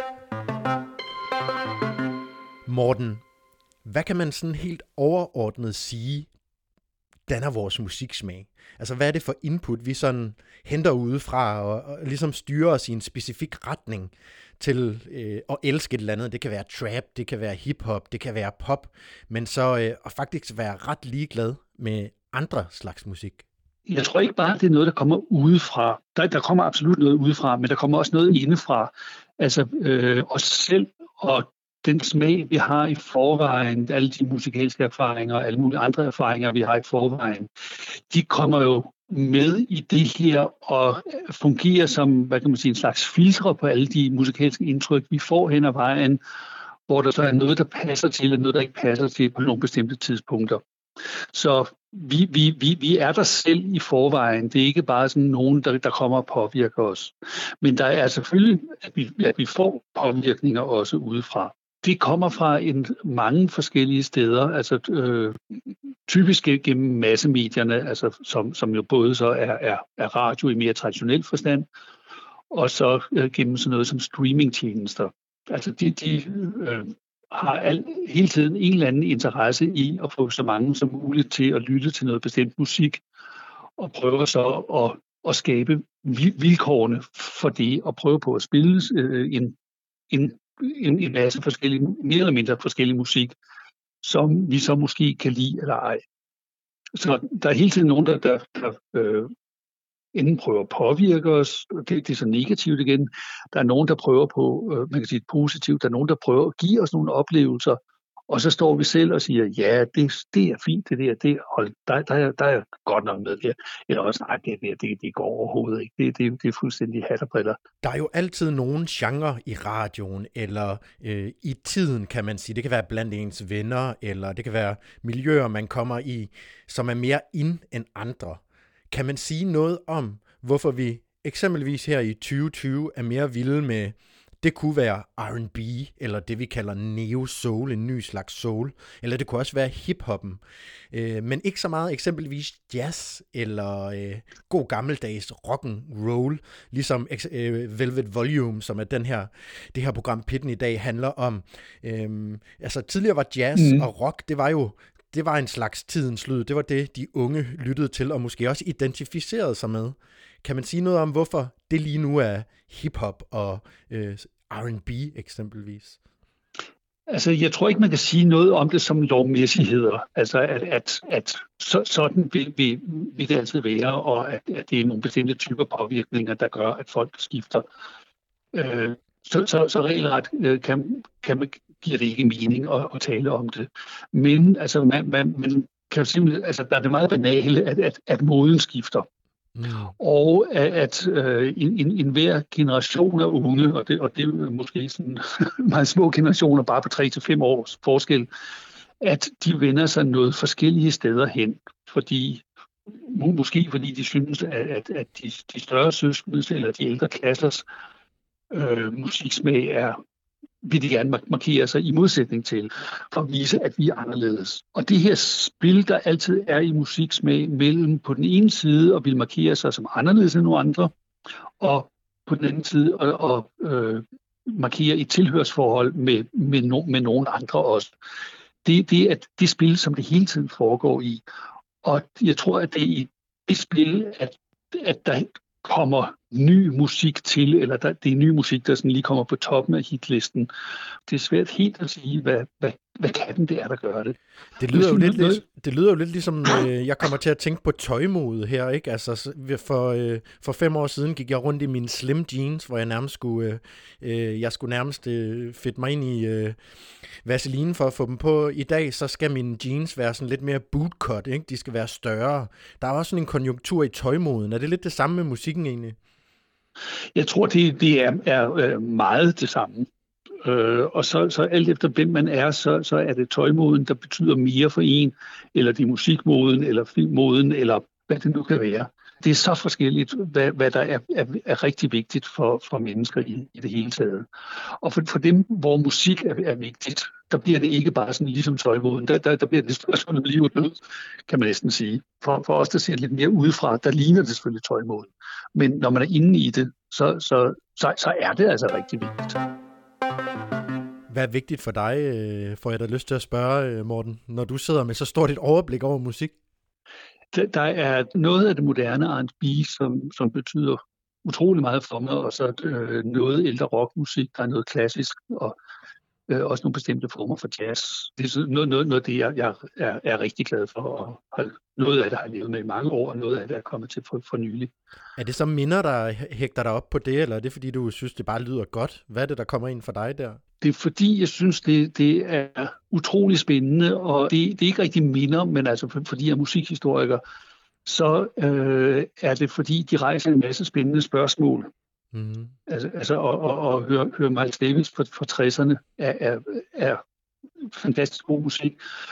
Morten, hvad kan man sådan helt overordnet sige, danner vores musiksmag? Altså, hvad er det for input, vi sådan henter udefra og, og ligesom styrer os i en specifik retning til øh, at elske et eller andet? Det kan være trap, det kan være hiphop, det kan være pop, men så øh, at faktisk være ret ligeglad med andre slags musik.
Jeg tror ikke bare, det er noget, der kommer udefra. Der, der kommer absolut noget udefra, men der kommer også noget indefra. Altså øh, os selv og den smag, vi har i forvejen, alle de musikalske erfaringer og alle mulige andre erfaringer, vi har i forvejen, de kommer jo med i det her og fungerer som, hvad kan man sige, en slags filtre på alle de musikalske indtryk, vi får hen ad vejen, hvor der så er noget, der passer til, og noget, der ikke passer til på nogle bestemte tidspunkter. Så vi, vi, vi, vi er der selv i forvejen. Det er ikke bare sådan nogen, der, der kommer og påvirker os. Men der er selvfølgelig, at vi, at vi får påvirkninger også udefra. Det kommer fra en mange forskellige steder, altså øh, typisk gennem massemedierne, altså som, som jo både så er, er, er radio i mere traditionel forstand, og så øh, gennem sådan noget som streamingtjenester. Altså de, de øh, har al, hele tiden en eller anden interesse i at få så mange som muligt til at lytte til noget bestemt musik, og prøver så at, at skabe vilkårene for det, og prøve på at spille øh, en, en En, en masse forskellige, mere eller mindre forskellige musik, som vi så måske kan lide eller ej. Så der er hele tiden nogen, der, der, der øh, enten prøver at påvirke os, det, det er så negativt igen. Der er nogen, der prøver på, øh, man kan sige positivt, der er nogen, der prøver at give os nogle oplevelser, og så står vi selv og siger, ja, det, det er fint, det der, det, hold, der, der, der er godt nok med der. Eller også, nej, det, det, det, det går overhovedet ikke. Det, det, det er fuldstændig hat og briller.
Der er jo altid nogen genre i radioen, eller øh, i tiden, kan man sige. Det kan være blandt ens venner, eller det kan være miljøer, man kommer i, som er mere ind end andre. Kan man sige noget om, hvorfor vi eksempelvis her i tyve tyve er mere vilde med, det kunne være R and B, eller det vi kalder neo-soul, en ny slags soul, eller det kunne også være hip-hoppen, øh, men ikke så meget eksempelvis jazz, eller øh, god gammeldags rock'n'roll, ligesom øh, Velvet Volume, som er den her, det her program Pitten i dag handler om. Øh, altså tidligere var jazz mm. og rock, det var jo det var en slags tidens lyd, det var det, de unge lyttede til, og måske også identificerede sig med. Kan man sige noget om, hvorfor det lige nu er hip-hop og øh, R and B eksempelvis?
Altså, jeg tror ikke, man kan sige noget om det som lovmæssigheder. Altså, at, at, at så, sådan vil, vil, vil det altid være, og at, at det er nogle bestemte typer påvirkninger, der gør, at folk skifter. Øh, så, så, så regelret øh, kan, kan man, giver det ikke mening at, at tale om det. Men altså, man, man, man kan simpelthen, altså, der er det meget banale, at, at, at moden skifter. Mm. Og at, at øh, en, en, en hver generation af unge, og det, og det er måske sådan meget små generationer, bare på tre til fem års forskel, at de vender sig noget forskellige steder hen, fordi måske fordi de synes, at, at, at de, de større søskende eller de ældre klassers øh, musiksmag er, vil de gerne markere sig i modsætning til, for at vise, at vi er anderledes. Og det her spil, der altid er i musiksmag mellem på den ene side og vil markere sig som anderledes end nogle andre, og på den anden side og, og øh, markere et tilhørsforhold med, med, no, med nogle andre også. det, det er det spil, som det hele tiden foregår i. Og jeg tror, at det er i det spil, at, at der kommer ny musik til, eller der, det er ny musik, der sådan lige kommer på toppen af hitlisten. Det er svært helt at sige, hvad, hvad, hvad kan den det er, der gør det.
Det lyder, jo lidt, noget... det lyder jo lidt ligesom, øh, jeg kommer til at tænke på tøjmode her, ikke? Altså, for, øh, for fem år siden gik jeg rundt i mine slim jeans, hvor jeg nærmest skulle, øh, jeg skulle nærmest øh, fedte mig ind i øh, vaseline for at få dem på. I dag, så skal mine jeans være sådan lidt mere bootcut, ikke? De skal være større. Der er også sådan en konjunktur i tøjmoden. Er det lidt det samme med musikken egentlig?
Jeg tror, det, det er, er meget det samme. Øh, og så, så alt efter hvem man er, så, så er det tøjmoden, der betyder mere for en, eller det er musikmoden, eller filmmoden, eller hvad det nu kan være. Det er så forskelligt, hvad, hvad der er, er, er rigtig vigtigt for, for mennesker i, i det hele taget. Og for, for dem, hvor musik er, er vigtigt, der bliver det ikke bare sådan ligesom tøjmoden. Der, der, der bliver det spørgsmål om liv og død, kan man næsten sige. For, for os, der ser lidt mere udefra, der ligner det selvfølgelig tøjmoden. Men når man er inde i det, så, så, så, så er det altså rigtig vigtigt.
Hvad er vigtigt for dig, får jeg da lyst til at spørge, Morten, når du sidder med så stort et overblik over musik?
Der er noget af det moderne R and B, som, som betyder utrolig meget for mig, og så øh, noget ældre rockmusik, der er noget klassisk, og øh, også nogle bestemte former for jazz. Det er noget, noget, noget af det, jeg, jeg er, er rigtig glad for, og har, noget af det har jeg levet med i mange år, og noget af det er kommet til for, for nylig.
Er det så minder, der hægter dig op på det, eller er det fordi, du synes, det bare lyder godt? Hvad er det, der kommer ind for dig der?
Det er fordi, jeg synes, det, det er utrolig spændende, og det, det er ikke rigtig minder, men altså for, fordi jeg er musikhistoriker, så øh, er det fordi, de rejser en masse spændende spørgsmål. Mm. Altså, altså og, og, og høre, høre Miles Davis fra, fra tresserne er, er, er fantastisk god musik,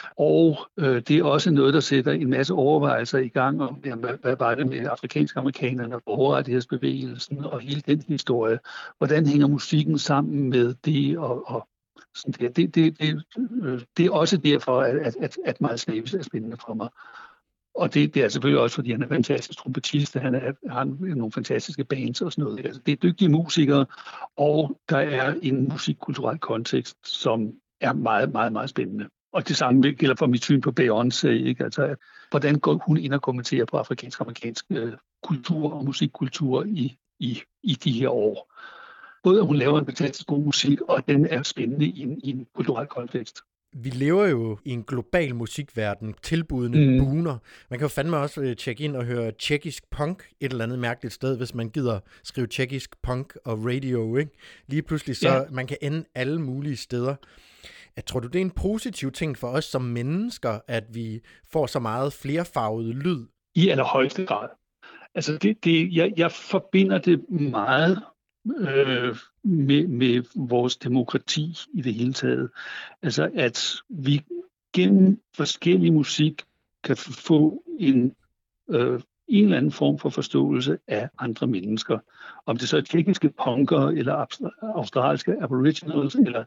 og øh, det er også noget, der sætter en masse overvejelser i gang om, jamen, hvad, hvad var det med afrikanske amerikanerne og borgerrettighedsbevægelsen og hele den historie. Hvordan hænger musikken sammen med det, og, og sådan det, det, det, det, øh, det er også derfor, at, at, at Miles Davis er spændende for mig. Og det, det er selvfølgelig også, fordi han er fantastisk trompetist, han er, har nogle fantastiske bands og sådan noget. Altså, det er dygtige musikere, og der er en musikkulturel kontekst, som er meget, meget, meget spændende. Og det samme gælder for mit syn på Beyoncé, ikke? Altså, hvordan går hun ind og kommenterer på afrikansk-amerikansk øh, kultur og musikkultur i, i, i de her år. Både at hun laver en fantastisk god musik, og den er spændende i en, i en kulturel kontekst.
Vi lever jo i en global musikverden, tilbudene mm. buner. Man kan jo fandme også tjekke ind og høre tjekkisk punk et eller andet mærkeligt sted, hvis man gider skrive tjekkisk punk og radio, ikke? Lige pludselig så, ja. Man kan ende alle mulige steder. Jeg tror du, det er en positiv ting for os som mennesker, at vi får så meget flerfarvet lyd?
I allerhøjeste grad. Altså, det, det, jeg, jeg forbinder det meget øh, med, med vores demokrati i det hele taget. Altså, at vi gennem forskellig musik kan få en, øh, en eller anden form for forståelse af andre mennesker. Om det så er tjekkiske punker, eller australske aboriginals, eller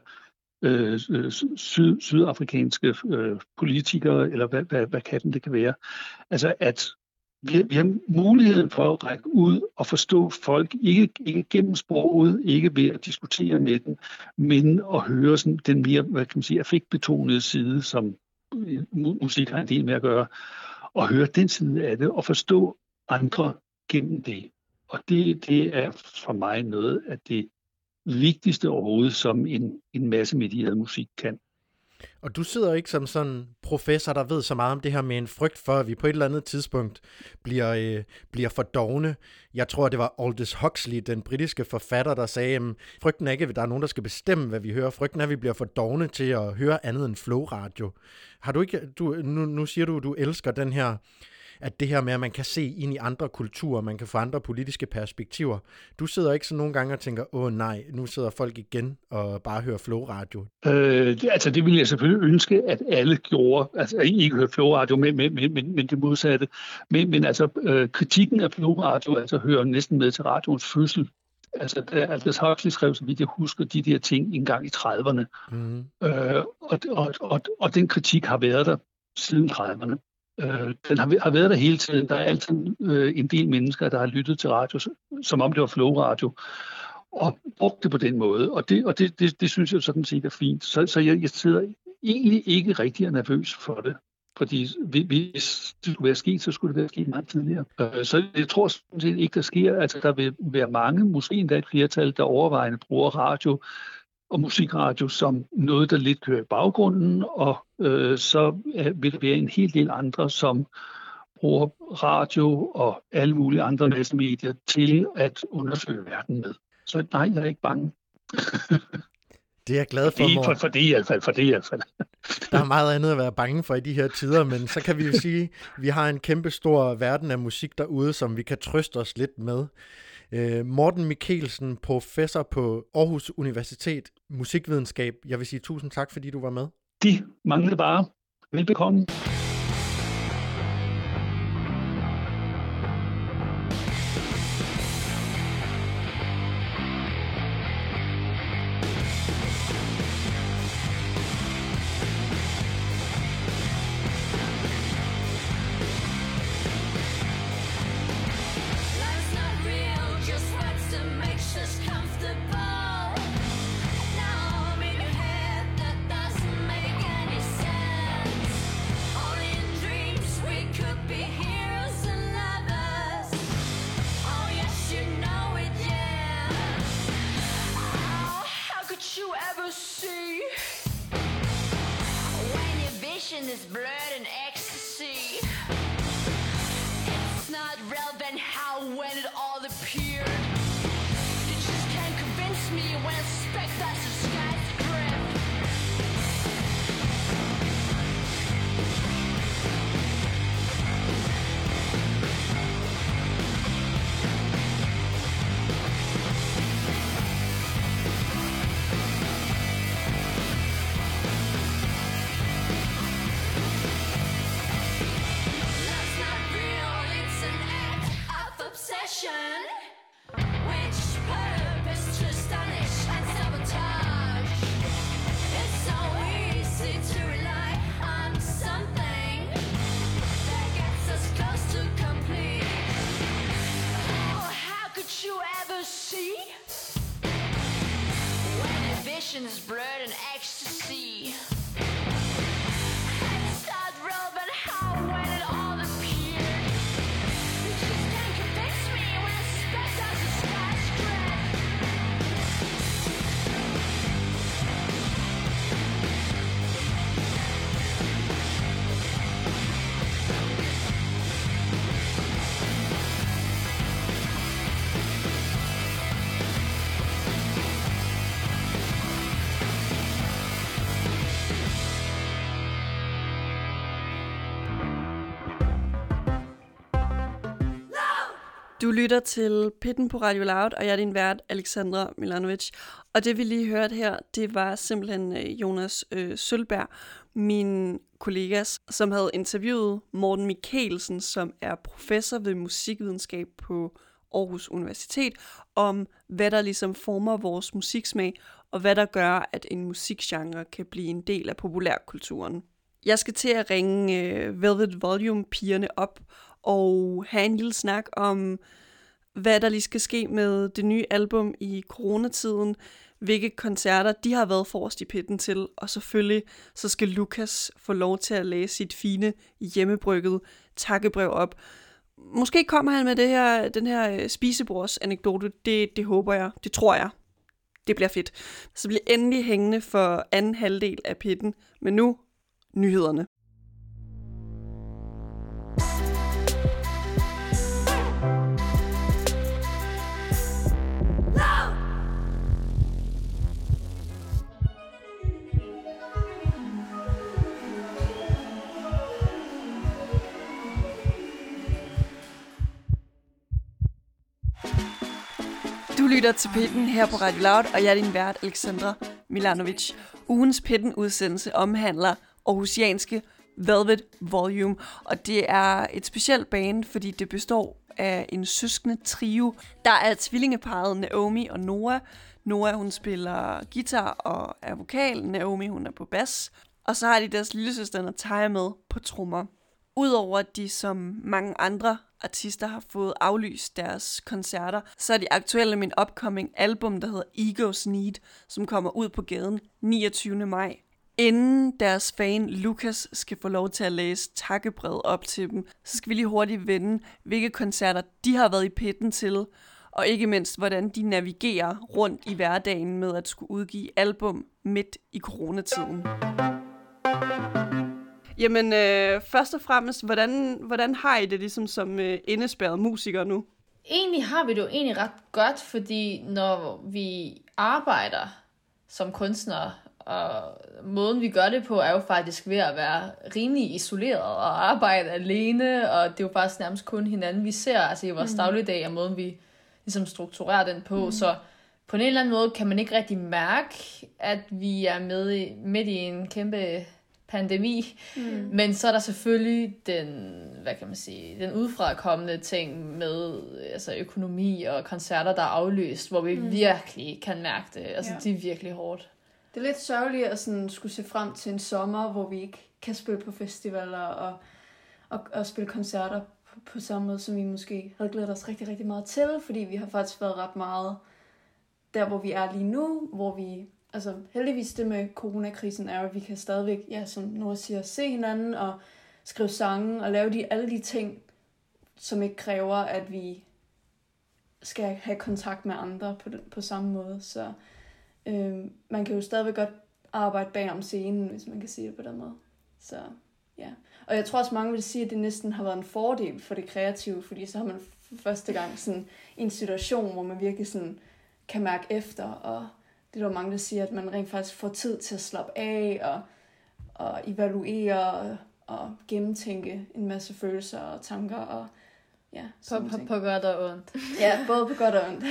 Øh, syd, sydafrikanske øh, politikere, eller hvad, hvad, hvad kan det kan være. Altså, at vi, vi har muligheden for at række ud og forstå folk, ikke, ikke gennem sproget, ikke ved at diskutere med dem, men at høre sådan den mere, hvad kan man sige, affektbetonede side, som musik har en del med at gøre, og høre den side af det, og forstå andre gennem det. Og det, det er for mig noget af det vigtigste overhovedet, som en, en masse medieret musik kan.
Og du sidder ikke som sådan professor, der ved så meget om det her med en frygt for, at vi på et eller andet tidspunkt bliver, øh, bliver for dovne. Jeg tror, det var Aldous Huxley, den britiske forfatter, der sagde, at frygten er ikke, at der er nogen, der skal bestemme, hvad vi hører. Frygten er, at vi bliver for dovne til at høre andet end flowradio. Har du ikke, du, nu, nu siger du, at du elsker den her, at det her med, at man kan se ind i andre kulturer, man kan få andre politiske perspektiver. Du sidder ikke så nogle gange og tænker, åh nej, nu sidder folk igen og bare hører flowradio.
Øh, det, altså det ville jeg selvfølgelig ønske, at alle gjorde, altså ikke høre flowradio, men, men, men, men det modsatte. Men, men altså øh, kritikken af flowradio, altså hører næsten med til radioens fødsel. Altså, Aldous Huxley skrev, så vidt jeg husker, de der ting en gang i trediverne. Mm. Øh, og, og, og, og den kritik har været der siden trediverne. Øh, den har, har været der hele tiden. Der er altid øh, en del mennesker, der har lyttet til radio, som om det var flowradio, og brugt det på den måde. Og det, og det, det, det synes jeg sådan set er fint. Så, så jeg, jeg sidder egentlig ikke rigtig er nervøs for det. Fordi hvis det skulle være sket, så skulle det være sket meget tidligere. Så jeg tror sådan set ikke, der sker. Altså, der vil være mange, måske endda et flertal, der overvejende bruger radio og musikradio som noget, der lidt kører i baggrunden, og øh, så vil der være en hel del andre, som bruger radio og alle mulige andre massemedier til at undersøge verden med. Så nej, jeg er ikke bange.
Det er jeg glad for,
for, for, for det i hvert fald, for det i hvert fald.
Der er meget andet at være bange for i de her tider, men så kan vi jo sige, at vi har en kæmpe stor verden af musik derude, som vi kan trøste os lidt med. Morten Michelsen, professor på Aarhus Universitet, musikvidenskab. Jeg vil sige tusind tak, fordi du var med.
De manglede bare. Velbekomme.
Is blood and ecstasy. It's not relevant how, when it all appeared. You just can't convince me when I suspect that's a skyscraper. Which purpose to astonish and sabotage? It's so easy to rely on something that gets us close to complete. Oh, how could you ever see when a vision is blurred and ecstasy? It's not relevant how, when it all appeared. You just can't convince me when I suspect that's a skyscraper.
Du lytter til Pitten på Radio Loud, og jeg er din vært, Alexandra Milanovic. Og det vi lige hørte her, det var simpelthen Jonas øh, Sølberg, min kollegas, som havde interviewet Morten Michelsen, som er professor ved musikvidenskab på Aarhus Universitet, om hvad der ligesom former vores musiksmag, og hvad der gør, at en musikgenre kan blive en del af populærkulturen. Jeg skal til at ringe øh, Velvet Volume-pigerne op, og have en lille snak om, hvad der lige skal ske med det nye album i coronatiden, hvilke koncerter de har været forrest i pitten til, og selvfølgelig så skal Lukas få lov til at læse sit fine hjemmebrygget takkebrev op. Måske kommer han med det her, den her spisebords anekdote, det, det håber jeg, det tror jeg. Det bliver fedt. Så bliver endelig hængende for anden halvdel af pitten, men nu nyhederne. Du lytter til Pitten her på Radio Loud, og jeg er din vært, Alexandra Milanovic. Ugens Pitten-udsendelse omhandler aarhusianske Velvet Volume, og det er et specielt band, fordi det består af en søskende trio. Der er tvillingeparret Naomi og Noah. Noah, hun spiller guitar og er vokal. Naomi, hun er på bas. Og så har de deres lillesøster Natalia med på trommer. Udover at de som mange andre artister har fået aflyst deres koncerter, så er de aktuelle med en upcoming album, der hedder Ego's Need, som kommer ud på gaden niogtyvende maj. Inden deres fan Lukas skal få lov til at læse takkebrevet op til dem, så skal vi lige hurtigt vende, hvilke koncerter de har været i pitten til, og ikke mindst, hvordan de navigerer rundt i hverdagen med at skulle udgive album midt i coronatiden. Jamen, øh, først og fremmest, hvordan, hvordan har I det ligesom som øh, indespærret musikere nu?
Egentlig har vi det jo egentlig ret godt, fordi når vi arbejder som kunstnere, og måden vi gør det på, er jo faktisk ved at være rimelig isoleret og arbejde alene, og det er jo faktisk nærmest kun hinanden, vi ser, altså i vores mm. dagligdag, og måden vi ligesom strukturerer den på, mm. så på en eller anden måde kan man ikke rigtig mærke, at vi er med i, midt i en kæmpe pandemi, mm. men så er der selvfølgelig den, hvad kan man sige, den udfrakommende ting med altså økonomi og koncerter, der er aflyst, hvor vi mm. virkelig kan mærke det, altså ja. Det er virkelig hårdt.
Det er lidt sørgeligt at sådan skulle se frem til en sommer, hvor vi ikke kan spille på festivaler og, og, og spille koncerter på, på samme måde, som vi måske havde glædet os rigtig, rigtig meget til, fordi vi har faktisk været ret meget der, hvor vi er lige nu, hvor vi, altså heldigvis det med coronakrisen er, at vi kan stadigvæk, ja, som Nora siger, se hinanden og skrive sange og lave de, alle de ting, som ikke kræver, at vi skal have kontakt med andre på, på samme måde, så Øh, man kan jo stadigvæk godt arbejde bag om scenen, hvis man kan sige det på den måde. Så ja. Og jeg tror også, mange vil sige, at det næsten har været en fordel for det kreative, fordi så har man første gang sådan i en situation, hvor man virkelig sådan kan mærke efter, og det er der mange, der siger, at man rent faktisk får tid til at slappe af, og, og evaluere, og, og gennemtænke en masse følelser og tanker, og ja.
På, på, på godt og ondt.
Ja, både på godt og ondt.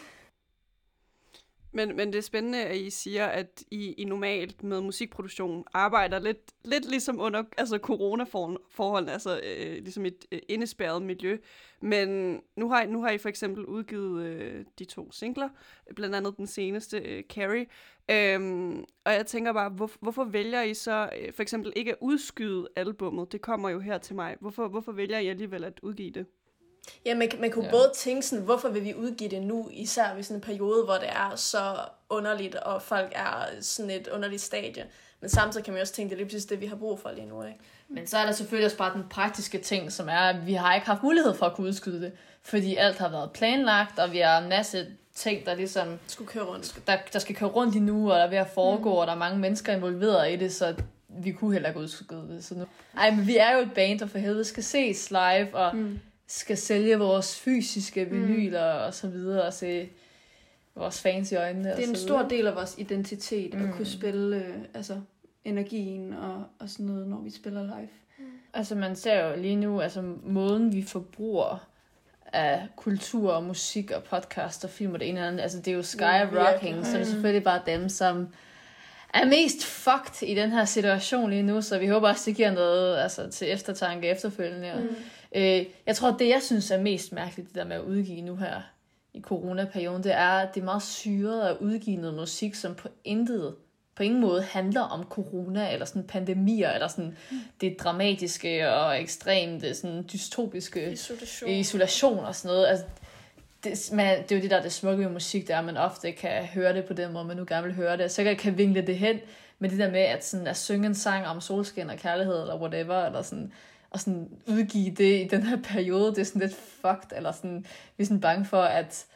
Men, men det er spændende, at I siger, at I, I normalt med musikproduktion arbejder lidt, lidt ligesom under altså corona-forholdene, altså øh, ligesom et øh, indespærret miljø. Men nu har, I, nu har I for eksempel udgivet øh, de to singler, blandt andet den seneste, øh, Carrie. Øhm, og jeg tænker bare, hvor, hvorfor vælger I så øh, for eksempel ikke at udskyde albummet? Det kommer jo her til mig. Hvorfor, hvorfor vælger I alligevel at udgive det?
Ja, man, man kunne ja. både tænke sådan, hvorfor vil vi udgive det nu, især ved sådan en periode, hvor det er så underligt, og folk er sådan et underligt stadie. Men samtidig kan man også tænke, det er lige præcis det, vi har brug for lige nu, ikke?
Men så er der selvfølgelig også bare den praktiske ting, som er, at vi har ikke haft mulighed for at kunne udskyde det, fordi alt har været planlagt, og vi har en masse ting, der ligesom
skulle køre rundt.
Der, der skal køre rundt i nu, og der er ved at foregå, mm. og der er mange mennesker involveret i det, så vi kunne heller ikke udskyde det. Så nu. Ej, men vi er jo et band, der for helvede skal ses live, og mm. skal sælge vores fysiske vinyler mm. og så videre, og se vores fans i øjnene.
Det er en
så
stor del af vores identitet, mm. at kunne spille øh, altså, energien og, og sådan noget, når vi spiller live.
Mm. Altså man ser jo lige nu, altså måden vi forbruger af kultur og musik og podcast og film og det ene eller andet, altså det er jo skyrocking, mm. så det er selvfølgelig bare dem, som er mest fucked i den her situation lige nu, så vi håber også, det giver noget altså, til eftertanke efterfølgende. Mm. Øh, jeg tror, det jeg synes er mest mærkeligt, det der med at udgive nu her i coronaperioden, det er, at det er meget syret at udgive noget musik, som på intet, på ingen måde handler om corona, eller sådan pandemier, eller sådan mm. det dramatiske og ekstremt sådan dystopiske
isolation.
isolation og sådan noget. Altså, det, man, det er jo det der det smukke med musik, der er, at man ofte kan høre det på den måde, man nu gerne vil høre det, og så kan vinkle det hen med det der med at, sådan, at synge en sang om solskin og kærlighed, eller whatever, eller sådan, og sådan udgive det i den her periode, det er sådan lidt fucked, eller sådan, vi er sådan bange for, at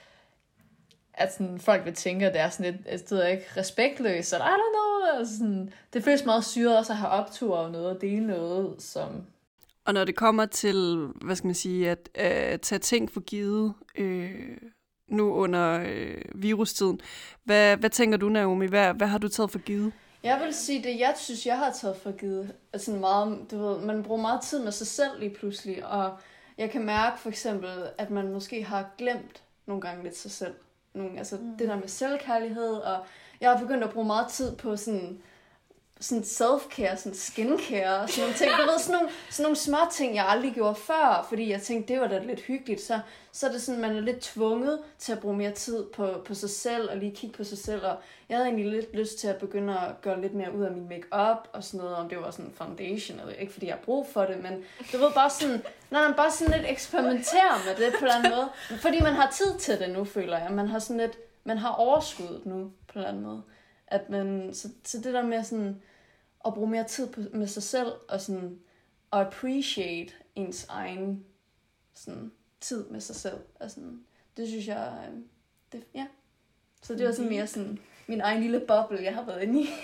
at sådan, folk vil tænke, at det er sådan lidt, at det er ikke respektløst, eller I don't know, altså sådan, det føles meget syret også at have optur og noget, og dele noget, som...
Og når det kommer til, hvad skal man sige, at uh, tage ting for givet øh, nu under øh, virustiden, hvad, hvad tænker du, Naomi? Hvad, hvad har du taget for givet?
Jeg vil sige, det jeg synes, jeg har taget for givet, er sådan meget, du ved, man bruger meget tid med sig selv lige pludselig, og jeg kan mærke for eksempel, at man måske har glemt nogle gange lidt sig selv. Nogle, altså mm. det der med selvkærlighed, og jeg har begyndt at bruge meget tid på sådan, sådan self-care, sådan skincare, og sådan nogle ting. Du ved, sådan nogle, sådan nogle små ting, jeg aldrig gjorde før, fordi jeg tænkte, det var da lidt hyggeligt. Så, så er det sådan, man er lidt tvunget til at bruge mere tid på, på sig selv, og lige kigge på sig selv. Og jeg havde egentlig lidt lyst til at begynde at gøre lidt mere ud af min make-up, og sådan noget, om det var sådan foundation, eller ikke fordi jeg har brug for det, men du ved, bare sådan, når man bare sådan lidt eksperimenterer med det på en eller anden måde. Fordi man har tid til det nu, føler jeg. Man har sådan lidt, man har overskud nu, på en eller anden måde. At man, så, så det der med sådan at bruge mere tid på, med sig selv, og sådan, at appreciate ens egen sådan, tid med sig selv. Og sådan, det synes jeg, øh, det, ja. Så det var sådan mere sådan, min egen lille boble, jeg har været inde i.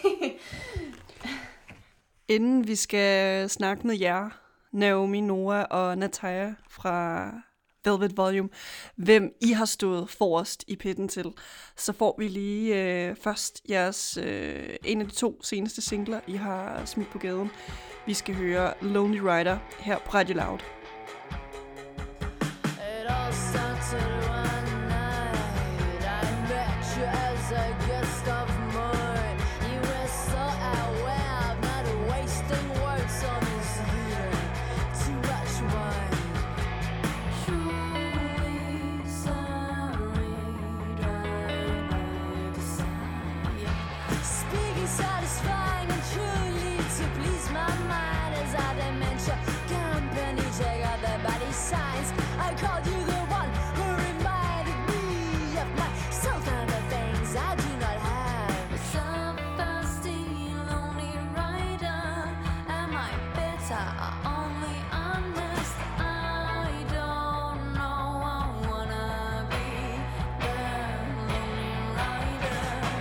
Inden vi skal snakke med jer, Naomi, Noah og Natalia fra Velvet Volume, hvem I har stået forrest i pitten til, så får vi lige øh, først jeres øh, en af de to seneste singler, I har smidt på gaden. Vi skal høre Lonely Rider her på Radio Loud.
It all started one night. I met you as a guest of mine. You were so aware of not wasting words on this leader. Too much wine. Truly sorry, I decide. Speaking satisfying and truly to please my mind as I dementia company check out the body signs. I called you the one who reminded me of myself and the things I do not have. Some thirsty, lonely rider. Am I better or only honest? I don't know. I wanna be the lonely rider.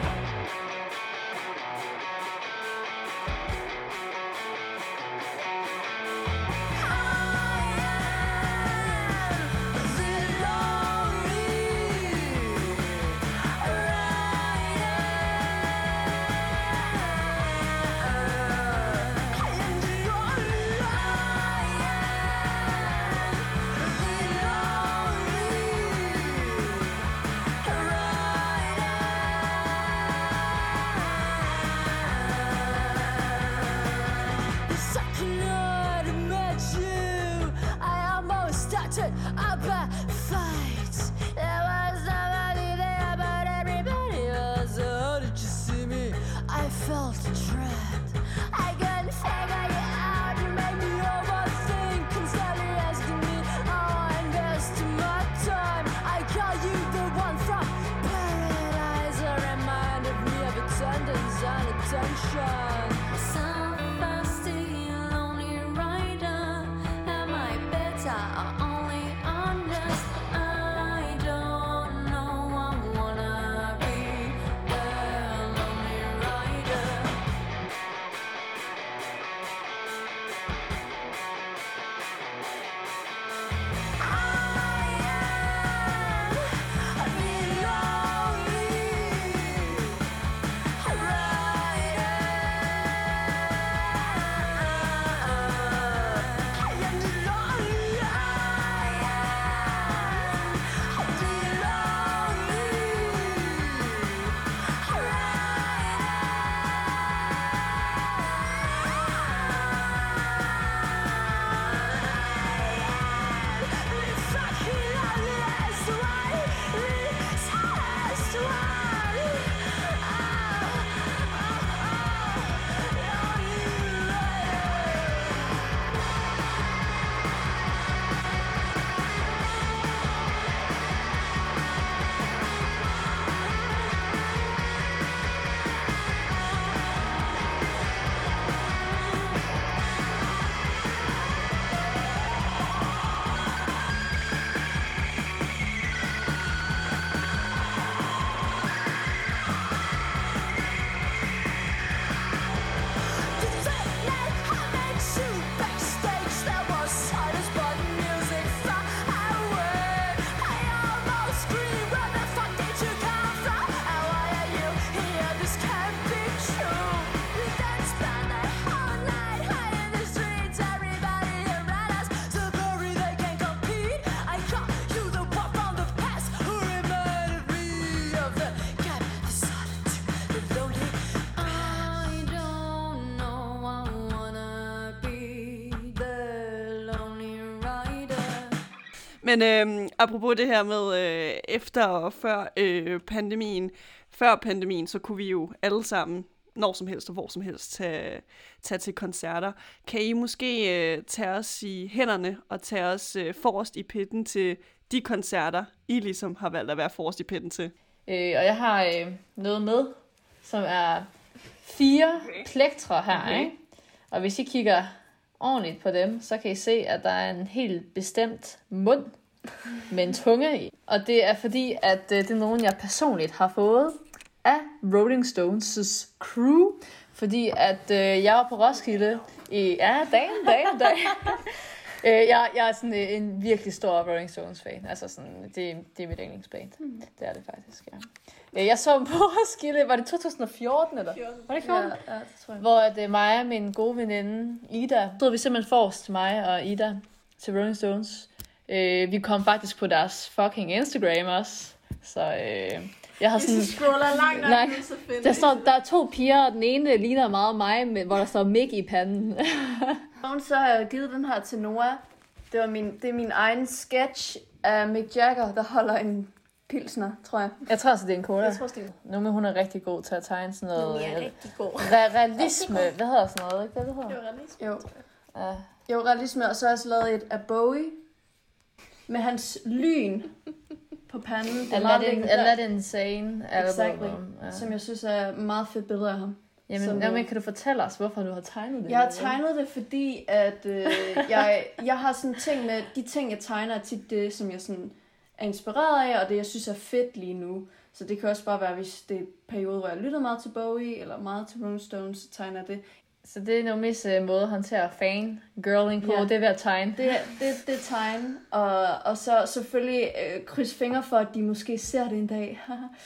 The second night I met you, I almost started up a fight. There was nobody there, but everybody was. How did you see me? I felt trapped. I couldn't figure you out. You made me overthink, constantly asking me how I invest my time. I call you the one from paradise. A reminded me of attendance and attention. Some thirsty, lonely rider. Am I better or only honest? I don't know. I wanna be the lonely rider.
Men øh, apropos det her med øh, efter og før øh, pandemien, før pandemien, så kunne vi jo alle sammen, når som helst og hvor som helst, tage, tage til koncerter. Kan I måske øh, tage os i hænderne og tage os øh, forrest i pitten til de koncerter, I ligesom har valgt at være forrest i pitten til?
Øh, og jeg har øh, noget med, som er fire plektre her, okay. Ikke? Og hvis I kigger ordentligt på dem, så kan I se, at der er en helt bestemt mund med en tunge i. Og det er fordi, at øh, det er nogen, jeg personligt har fået af Rolling Stones' crew. Fordi at øh, jeg var på Roskilde i... Ja, dagen, dagen, dagen. øh, jeg, jeg er sådan øh, en virkelig stor Rolling Stones-fan. Altså sådan, det, det er mit yndlingsband. Mm. Det er det faktisk, ja. Øh, jeg så dem på Roskilde, var det to tusind og fjorten, eller? fjorten. Var det fjorten?
Ja, ja, det tror jeg.
Hvor det mig og min gode veninde, Ida, så vi simpelthen forrest, mig og Ida, til Rolling Stones. Øh, vi kom faktisk på deres fucking Instagram også. Så øh, jeg har sådan...
Hvis du scroller langt nok,
nej,
så finder
der, står, der er to piger, og den ene ligner meget mig, med, hvor der står Mick i panden.
Så har jeg givet den her til Noah. Det, var min, det er min egen sketch af Mick Jagger, der holder en pilsner, tror jeg.
Jeg tror også, det er en cola.
Jeg tror, det er
Nogle hun er rigtig god til at tegne sådan noget...
Nogle er rigtig god.
Re- realisme. Hvad hedder sådan noget? Ikke? Hvad det hedder?
Det var realisme.
Jo.
Ja.
Jo, realisme, og så har jeg også lavet et af Bowie med hans lyn på panden. Det er meget
Aladdin,
legendært.
Aladdin Sane.
Exactly.
Ja.
Som jeg synes er meget fedt billeder af ham.
Jamen,
Som,
jamen, kan du fortælle os, hvorfor du har tegnet det?
Jeg har tegnet det, fordi at øh, jeg, jeg har sådan ting med, de ting jeg tegner er tit det, som jeg sådan er inspireret af, og det jeg synes er fedt lige nu. Så det kan også bare være, hvis det er en periode, hvor jeg lytter meget til Bowie, eller meget til Rolling Stones, så tegner jeg det.
Så det er Noomis uh, måde at håndtere fan-girling på,
Ja.
det er ved at tegne.
Det, det, det er tegn, og, og så selvfølgelig øh, kryds fingre for, at de måske ser det en dag.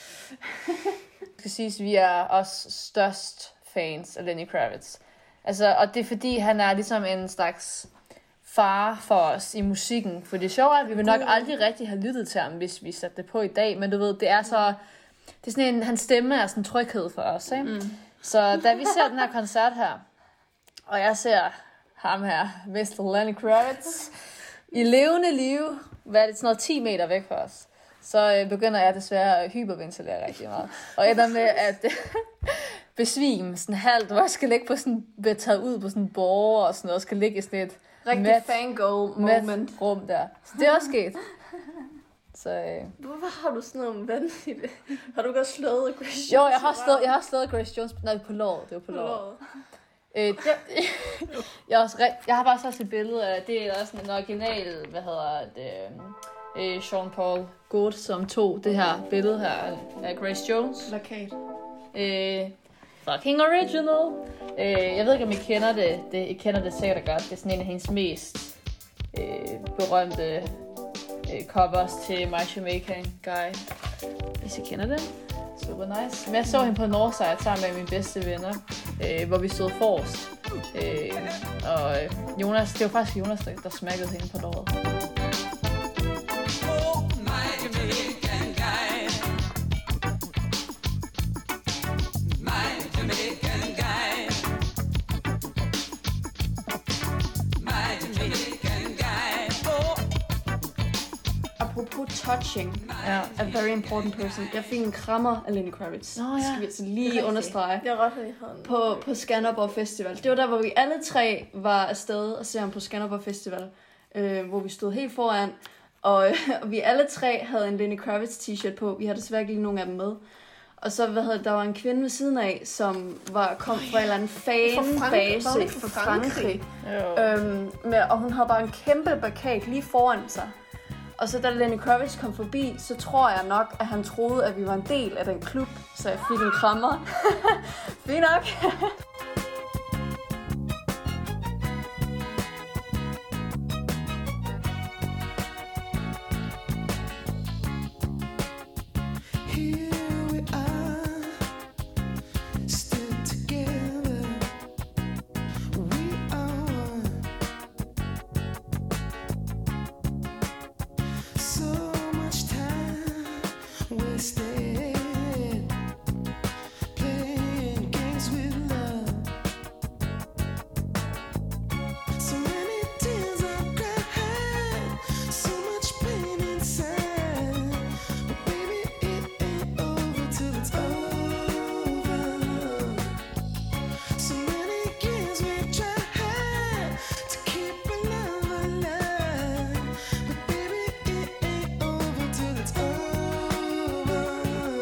Det skal siges, vi er også størst fans af Lenny Kravitz. Altså, og det er fordi, han er ligesom en slags far for os i musikken. For det er sjovt, at vi vil nok aldrig rigtig have lyttet til ham, hvis vi satte det på i dag. Men du ved, det er så... Det er sådan en, hans stemme er sådan en tryghed for os, ikke? Mm. Så da vi ser den her koncert her, og jeg ser ham her, mister Lenny Kravitz, i levende liv, hvad er det, sådan noget ti meter væk fra os, så øh, begynder jeg desværre at hyperventilere rigtig meget. Og ender med at øh, besvime sådan halvt, hvor jeg skal ligge på sådan, blive taget ud på sådan en borger og sådan noget, og skal ligge i sådan et
Rigtig
mat,
fangirl
mat
moment.
rum der. Så det er også sket. Så, øh.
Hvorfor har du sådan noget vanvittigt? Har du godt slået Grace Jones?
Jo, jeg har slået, jeg har slået Grace Jones, nej, på låret. Det var på,
på
låret.
låret.
Øh, det, jeg, har også, jeg har faktisk også et billede af, det er også en original, hvad hedder det, øh, Sean Paul Gault, som tog det her billede her af Grace Jones.
Plakat.
Øh, fucking original. Øh, jeg ved ikke, om I kender det. det. I kender det sikkert godt. Det er sådan en af hendes mest øh, berømte øh, covers til My Jamaican Guy. Hvis I kender det. Super nice. Men jeg så hende på Northside sammen med mine bedste venner, øh, hvor vi stod forrest. Øh, og Jonas, det var faktisk Jonas, der, der smækkede hende på låret.
Oh, my Jamaican guy. My Jamaican guy. My Jamaican guy. Oh.
Apropos touching,
Ja.
a very important person. Jeg fik en krammer af Lenny Kravitz.
Nå, ja.
Det skal vi altså lige understrege.
Jeg rører i hånden.
På, på Skanderborg Festival. Det var der, hvor vi alle tre var afsted og se ham på Skanderborg Festival. Øh, hvor vi stod helt foran. Og, og vi alle tre havde en Lenny Kravitz t-shirt på. Vi har desværre ikke lige nogen af dem med. Og så hvad hedder, der var en kvinde ved siden af, som var kom fra en eller anden fanbase
Fra
fra
Frankrig.
Frankrig. Øhm, med, og hun havde bare en kæmpe plakat lige foran sig. Og så da Lenny Kravitz kom forbi, så tror jeg nok, at han troede, at vi var en del af den klub. Så jeg fik en krammer. Fint nok.
Here we are, still together. We are one. So much time wasted playing games with love. So many tears I've cried, so much pain inside. But baby, it ain't over till it's over. So many years we tried to keep our love alive. But baby, it ain't over till it's over.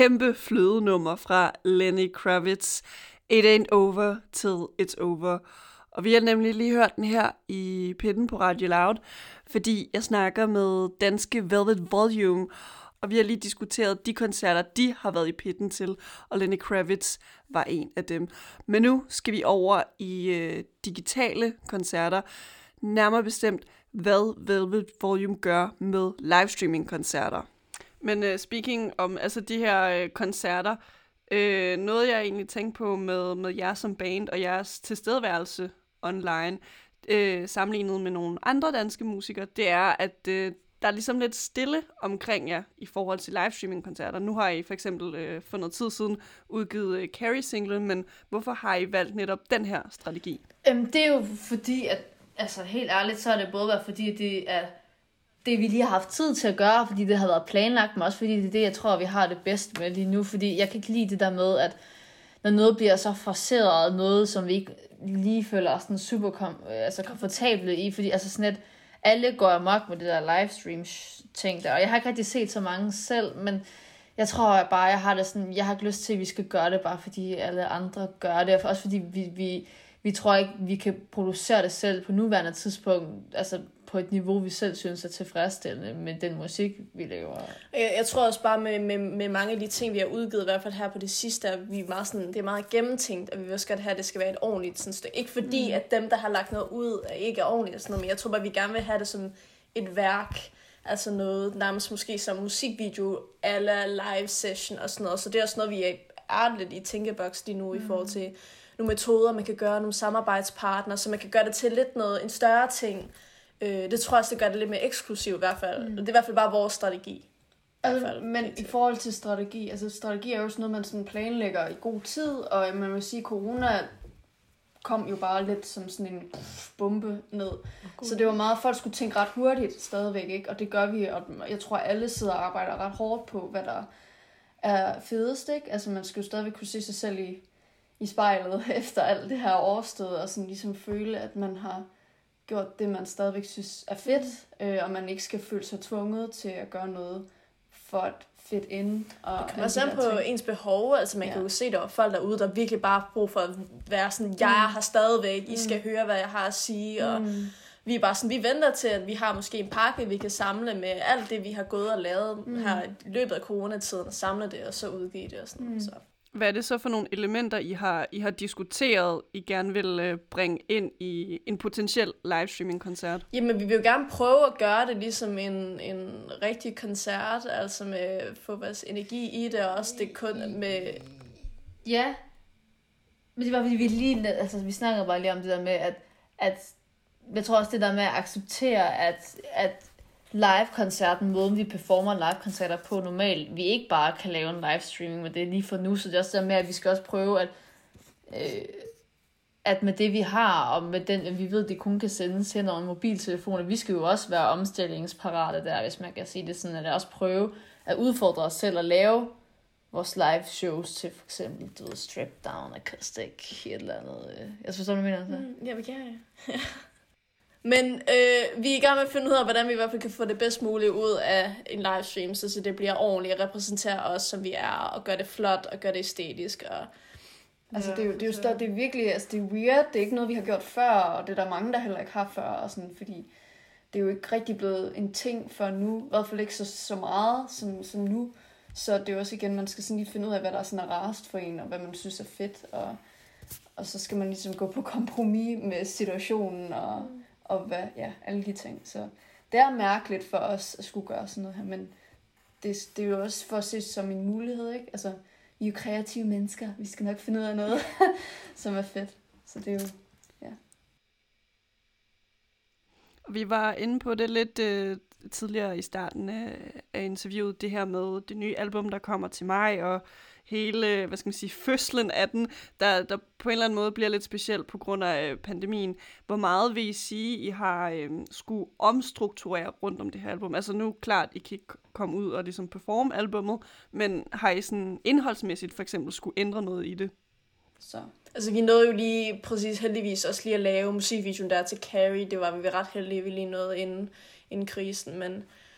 kæmpe flødenummer fra Lenny Kravitz. It ain't over till it's over. Og vi har nemlig lige hørt den her i Pitten på Radio Loud, fordi jeg snakker med danske Velvet Volume, og vi har lige diskuteret de koncerter, de har været i Pitten til, og Lenny Kravitz var en af dem. Men nu skal vi over i øh, digitale koncerter, nærmere bestemt, hvad Velvet Volume gør med livestreaming-koncerter. Men uh, speaking om altså de her uh, koncerter, uh, noget jeg egentlig tænkte på med, med jer som band og jeres tilstedeværelse online, uh, sammenlignet med nogle andre danske musikere, det er, at uh, der er ligesom lidt stille omkring jer i forhold til livestreaming-koncerter. Nu har I for eksempel uh, for noget tid siden udgivet uh, Carrie-singlen, men hvorfor har I valgt netop den her strategi?
Øhm, det er jo fordi, at altså helt ærligt, så er det både været fordi, det er det, vi lige har haft tid til at gøre, fordi det har været planlagt, men også fordi det er det, jeg tror, vi har det bedst med lige nu, fordi jeg kan ikke lide det der med, at når noget bliver så forceret, noget, som vi ikke lige føler os sådan super kom, altså komfortable i, fordi altså sådan et, alle går amok med det der livestream-ting der, og jeg har ikke rigtig set så mange selv, men jeg tror bare, jeg har det sådan, jeg har ikke lyst til, at vi skal gøre det, bare fordi alle andre gør det, og også fordi vi, vi, vi tror ikke, vi kan producere det selv på nuværende tidspunkt, altså på et niveau, vi selv synes er tilfredsstillende med den musik, vi laver.
Jeg, jeg tror også bare med, med, med mange af de ting, vi har udgivet, i hvert fald her på det sidste, at vi er meget sådan, det er meget gennemtænkt, og vi vil også godt have, at det skal være et ordentligt sådan stykke. Ikke fordi, mm. at dem, der har lagt noget ud, er ikke er ordentligt og sådan noget, men jeg tror bare, at vi gerne vil have det som et værk, altså noget, nærmest måske som musikvideo, eller live session og sådan noget. Så det er også noget, vi er lidt i tænkeboks lige nu, mm. i forhold til nogle metoder, man kan gøre, nogle samarbejdspartnere, så man kan gøre det til lidt noget, en større ting. Det tror jeg også, det gør det lidt mere eksklusivt i hvert fald. Mm. Det er i hvert fald bare vores strategi.
Altså, men i forhold til strategi, altså strategi er jo sådan noget, man sådan planlægger i god tid, og man vil sige, at corona kom jo bare lidt som sådan en bombe ned. Oh, så det var meget, folk skulle tænke ret hurtigt stadigvæk, ikke? Og det gør vi, og jeg tror, alle sidder og arbejder ret hårdt på, hvad der er fedest, ikke? Altså man skal jo stadigvæk kunne se sig selv i, i spejlet efter alt det her overstået, og sådan ligesom føle, at man har gjort det, man stadigvæk synes er fedt, øh, og man ikke skal føle sig tvunget til at gøre noget for at fedt ind. Og
det kommer også an på ting. Ens behov, altså man ja. kan jo se, der er folk derude, der virkelig bare har brug for at være sådan, jeg mm. har stadigvæk, I skal mm. høre, hvad jeg har at sige, og mm. vi er bare sådan, vi venter til, at vi har måske en pakke, vi kan samle med alt det, vi har gået og lavet mm. her i løbet af coronatiden, og samle det, og så udgive det og sådan mm. så.
Hvad er det så for nogle elementer, I har, I har diskuteret, I gerne vil øh, bringe ind i en potentiel livestreaming-koncert?
Jamen, vi vil jo gerne prøve at gøre det ligesom en, en rigtig koncert, altså med få vores energi i det, og også det kun med...
Ja, men det var fordi, vi lige... Altså, vi snakker bare lige om det der med, at, at jeg tror også det der med at acceptere, at, at live-koncerten, måden vi performer live-koncerter på normalt, vi ikke bare kan lave en livestreaming med det lige for nu, så det er også der med, at vi skal også prøve, at, øh, at med det vi har, og med den, at vi ved, at det kun kan sendes hen over en mobiltelefon, og vi skal jo også være omstillingsparate der, hvis man kan sige det sådan, at også prøve at udfordre os selv at lave vores live shows til for eksempel, du ved, strip down, acoustic, et eller andet. Jeg synes, hvad du mener?
Mm, ja, vi kan, ja. Men øh, vi er i gang med at finde ud af, hvordan vi i hvert fald kan få det bedst muligt ud af en livestream, så det bliver ordentligt og repræsenterer os, som vi er, og gør det flot og gør det æstetisk. Og...
Altså, det er jo, det er jo stadig, det er virkelig, altså det er weird, det er ikke noget, vi har gjort før, og det er der mange, der heller ikke har før, og sådan, fordi det er jo ikke rigtig blevet en ting før nu, i hvert fald ikke så, så meget som, som nu, så det er også igen, man skal sådan lige finde ud af, hvad der er sådan er rarest for en, og hvad man synes er fedt, og, og så skal man ligesom gå på kompromis med situationen, og og hvad, ja, alle de ting. Så det er mærkeligt for os at skulle gøre sådan noget her, men det, det er jo også for at se som en mulighed, ikke? Altså, vi er jo kreative mennesker, vi skal nok finde ud af noget, som er fedt. Så det er jo, ja.
Vi var inde på det lidt øh, tidligere i starten af, af interviewet, det her med det nye album, der kommer til mig, og hele, hvad skal man sige, fødslen af den, der, der på en eller anden måde bliver lidt speciel på grund af pandemien. Hvor meget vil I sige, I har øh, skulle omstrukturere rundt om det her album? Altså nu klart, I kan ikke komme ud og ligesom performe albummet, men har I sådan indholdsmæssigt for eksempel skulle ændre noget i det?
Så. Altså vi nåede jo lige præcis heldigvis også lige at lave musikvideoen der til Carrie. Det var vi ret heldige, vi lige nåede inden, inden krisen, men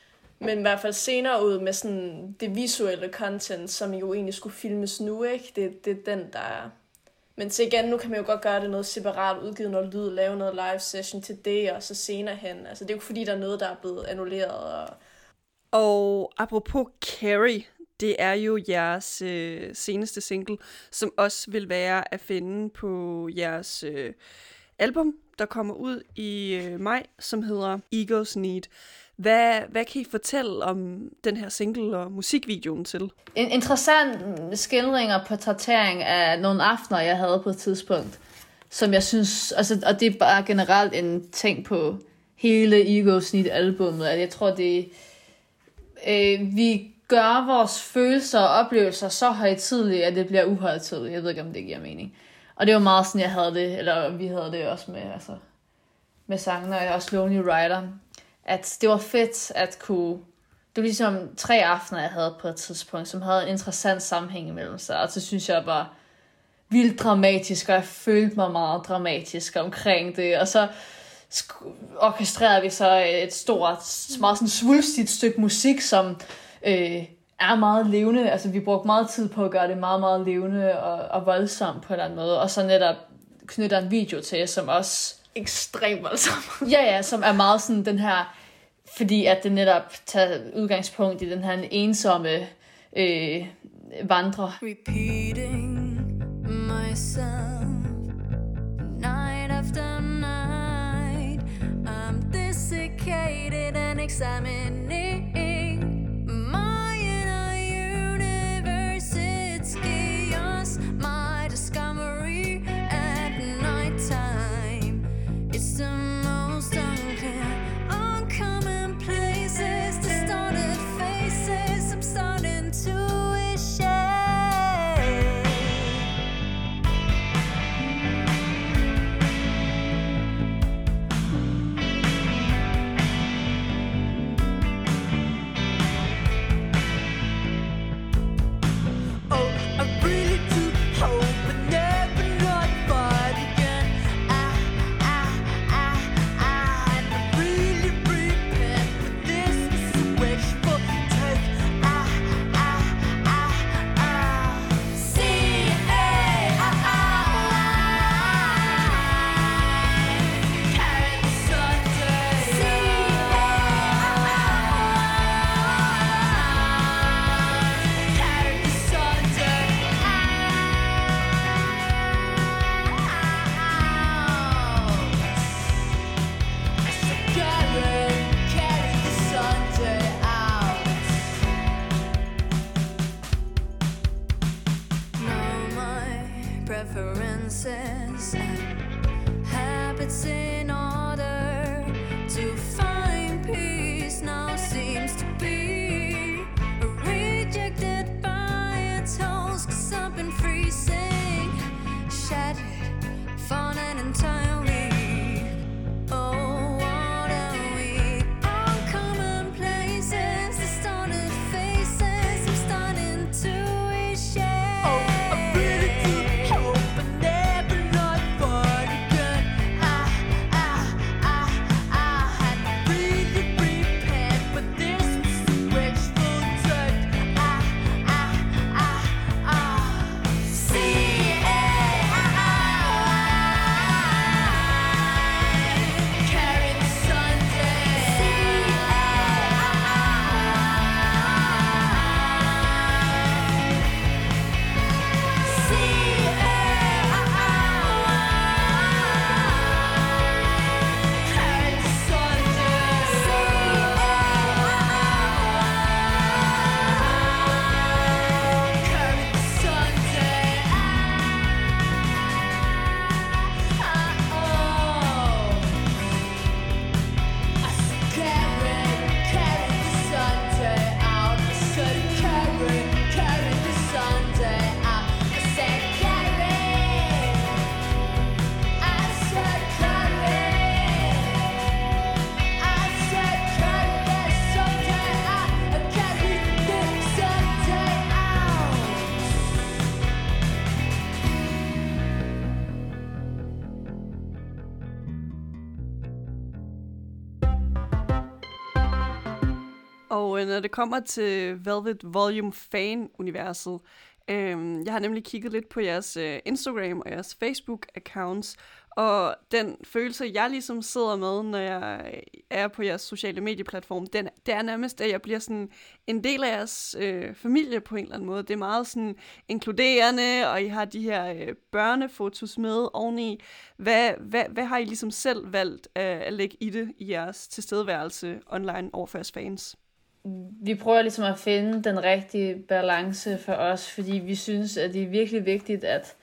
men i hvert fald senere ud med sådan det visuelle content, som jo egentlig skulle filmes nu, ikke? Det, det er den, der er... Men til igen, nu kan man jo godt gøre det noget separat, udgive noget lyd, lave noget live session til det, og så senere hen. Altså det er jo ikke fordi, der er noget, der er blevet annulleret. Og,
og apropos Carrie, det er jo jeres øh, seneste single, som også vil være at finde på jeres øh, album, der kommer ud i øh, maj, som hedder Ego's Need. Hvad, hvad kan I fortælle om den her single og musikvideoen til?
En interessant skildring og portrættering af nogle aftener, jeg havde på et tidspunkt, som jeg synes, altså, og det er bare generelt en ting på hele Ego's Need-albummet, at jeg tror, det øh, vi gør vores følelser og oplevelser så højtidelige, at det bliver uhøjtideligt. Jeg ved ikke, om det giver mening. Og det var meget sådan, jeg havde det, eller vi havde det også med, altså, med sangene, og jeg er også Lonely Rider. At det var fedt at kunne... Det var ligesom tre aftener, jeg havde på et tidspunkt, som havde en interessant sammenhæng imellem sig. Og så synes jeg var vildt dramatisk, og jeg følte mig meget dramatisk omkring det. Og så orkestrerede vi så et stort, meget sådan svulstigt stykke musik, som øh, er meget levende. Altså vi brugte meget tid på at gøre det meget, meget levende og, og voldsomt på en eller anden måde. Og så netop knytter en video til, som også...
ekstremt voldsomt.
Ja, ja, som er meget sådan den her, fordi at det netop tager udgangspunkt i den her ensomme øh, vandrer.
Repeating myself night after night. I'm desiccated and examining my inner universe. It's chaos, my discovery at nighttime. It's the most unclear, uncommon places, distorted faces. I'm starting to wish it. Oh, I really do hope I never not fight again. I, I, I, I, and I really repent for this wishful take. I, I, I, I, see I, carry the Sunday. See carry the Sunday. Carry, carry the Sunday out. Know my preferences and habits in order to find peace now seems to be rejected by its host, 'cause I've been freezing, shattered, falling entirely. Oh, what are we? Uncommon places, distorted faces. I'm starting to wish it. Oh, I really do hope I never not fight again. I, I, I, I had really prepared, but this was a wishful take. I, I, I, I, see it.
Og øh, når det kommer til Velvet Volume fan-universet, øh, jeg har nemlig kigget lidt på jeres øh, Instagram og jeres Facebook-accounts, og den følelse, jeg ligesom sidder med, når jeg er på jeres sociale medieplatform, den, det er nærmest, at jeg bliver sådan en del af jeres øh, familie på en eller anden måde. Det er meget sådan inkluderende, og I har de her øh, børnefotos med oveni. Hvad, hvad, hvad har I ligesom selv valgt at, at lægge i det i jeres tilstedeværelse online over for jeres fans?
Vi prøver ligesom at finde den rigtige balance for os, fordi vi synes, at det er virkelig vigtigt, at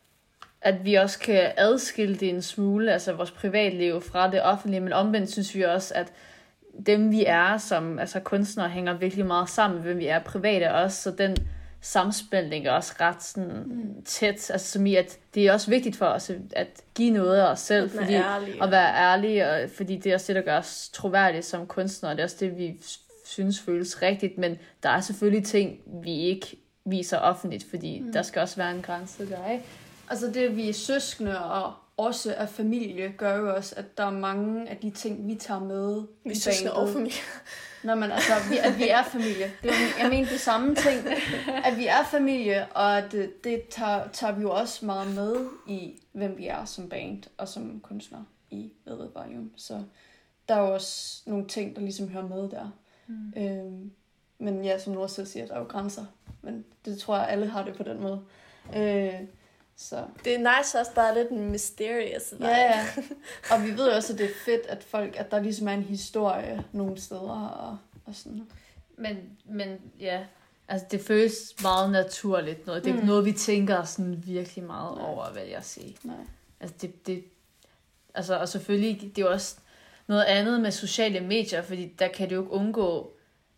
at vi også kan adskille det en smule, altså vores privatliv fra det offentlige, men omvendt synes vi også, at dem vi er som altså kunstnere hænger virkelig meget sammen med, hvem vi er private også, så den samspilning er også ret sådan, mm. tæt, altså som i, at det er også vigtigt for os at give noget af os selv, fordi,
ærlig,
at være ærlige, og, fordi det er også det, der gør os troværdige som kunstnere, det er også det, vi synes føles rigtigt, men der er selvfølgelig ting, vi ikke viser offentligt, fordi mm. der skal også være en grænse der, ikke?
Altså det, vi er søskende og også er familie, gør jo også, at der er mange af de ting, vi tager med
Vi
i
er søskende og
bandet.
familie.
Nå, men altså, vi, at vi er familie. Det er, jo- jeg mener det samme ting. At vi er familie, og at det, det tager, tager vi jo også meget med i, hvem vi er som band og som kunstner i Velvet Volume. Så der er jo også nogle ting, der ligesom hører med der. Mm. Øhm, men ja, som Nora selv siger, der er jo grænser. Men det tror jeg, alle har det på den måde. Øh, så.
Det er nice også, der er lidt en mysterious vibe.
Ja, ja. Og vi ved jo også, at det er fedt, at folk, at der ligesom er en historie nogle steder og, og sådan.
Men, men ja, altså det føles meget naturligt. Noget. Det er ikke
Mm.
noget, vi tænker sådan virkelig meget
Nej.
over, hvad jeg siger.
Nej.
Altså det, det, altså, og selvfølgelig, det er jo også noget andet med sociale medier, fordi der kan du jo ikke undgå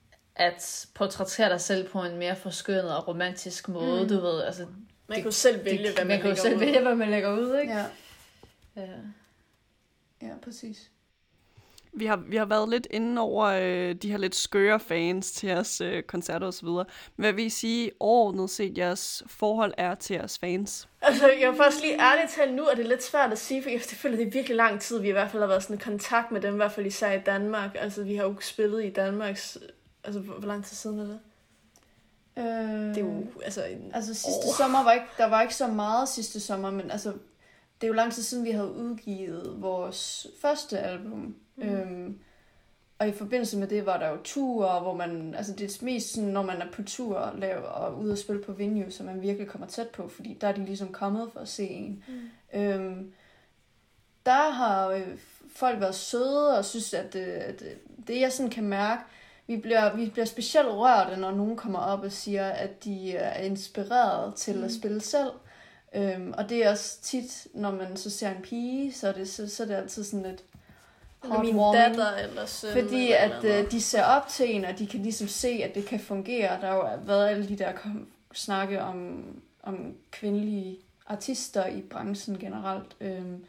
at portrættere dig selv på en mere forskønnet og romantisk måde,
Mm.
du ved, altså
Man
det-
kan jo selv vælge,
det,
hvad man,
man kan jo
lægger
selv
ud.
vælge, hvad man lægger ud, ikke?
Ja,
Ja.
ja, præcis.
Vi har, vi har været lidt inde over øh, de her lidt skøre fans til jeres øh, koncerter og så videre. Hvad vil I sige overordnet set, jeres forhold er til jeres fans?
Altså, jeg vil faktisk lige ærligt talt nu, og det er lidt svært at sige, for jeg føler, det er virkelig lang tid, vi i hvert fald har været sådan i kontakt med dem, i hvert fald især i Danmark. Altså, vi har jo spillet i Danmarks... Altså, hvor hvor lang tid siden er det?
Øh,
Det er jo, altså... En
altså sidste
år.
sommer var ikke, der var ikke så meget sidste sommer, men altså, det er jo lang tid siden, vi havde udgivet vores første album. Mm. Øhm, og i forbindelse med det var der jo ture, hvor man, altså det er mest sådan, når man er på tur og, laver, og ude og spille på venue, så man virkelig kommer tæt på, fordi der er de ligesom kommet for at se en. Mm. Øhm, der har øh, folk været søde og synes, at det, at det jeg sådan kan mærke, vi bliver, vi bliver specielt rørte, når nogen kommer op og siger, at de er inspireret til mm. at spille selv. Øhm, og det er også tit, når man så ser en pige, så er det, så, så er det altid sådan lidt
Eller min
heartwarming.
datter eller søn.
Fordi
eller
at
eller
øh, de ser op til en, og de kan ligesom se, at det kan fungere. Der har jo været alle de der kom, snakke om, om kvindelige artister i branchen generelt. Øhm,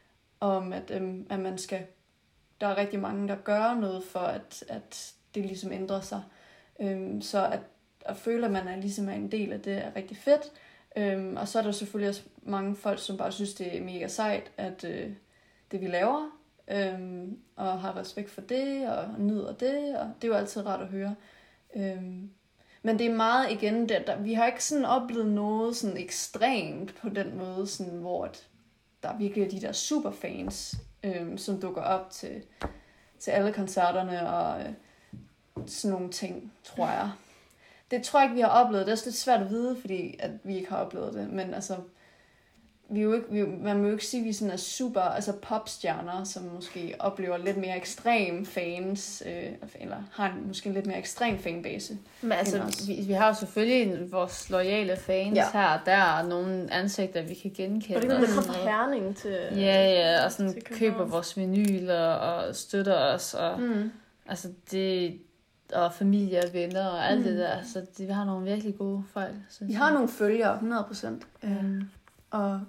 om at, øhm, at man skal... Der er rigtig mange, der gør noget for, at, at det ligesom ændrer sig. Øhm, så at, at føle, at man er ligesom er en del af det, er rigtig fedt. Øhm, og så er der selvfølgelig også mange folk, som bare synes, det er mega sejt, at øh, det vi laver, øhm, og har respekt for det, og nyder det, og det er jo altid rart at høre. Øhm, men det er meget igen, der, der, vi har ikke sådan oplevet noget sådan ekstremt på den måde, sådan, hvor at der virkelig er de der superfans, øhm, som dukker op til, til alle koncerterne, og øh, sådan nogle ting, tror jeg. Det tror jeg ikke, vi har oplevet. Det er også lidt svært at vide, fordi at vi ikke har oplevet det. Men altså, vi er jo ikke, vi, man må jo ikke sige, at vi sådan er super altså popstjerner, som måske oplever lidt mere ekstrem fans, øh, eller har en, måske en lidt mere ekstrem fanbase.
Men altså, vi, vi har jo selvfølgelig en, vores loyale fans
Ja.
ja. her, der er nogle ansigter, vi kan genkende.
Og det er noget, der kommer
og-
fra Herning til...
Ja, ja, og sådan
til
køber
København.
vores vinyler og støtter os, og
Mm.
altså det, og familie og venner og alt mm. det der, så det, vi har nogle virkelig gode folk, synes
Vi
jeg.
har nogle følgere, hundrede procent. Øh,
Mm.
og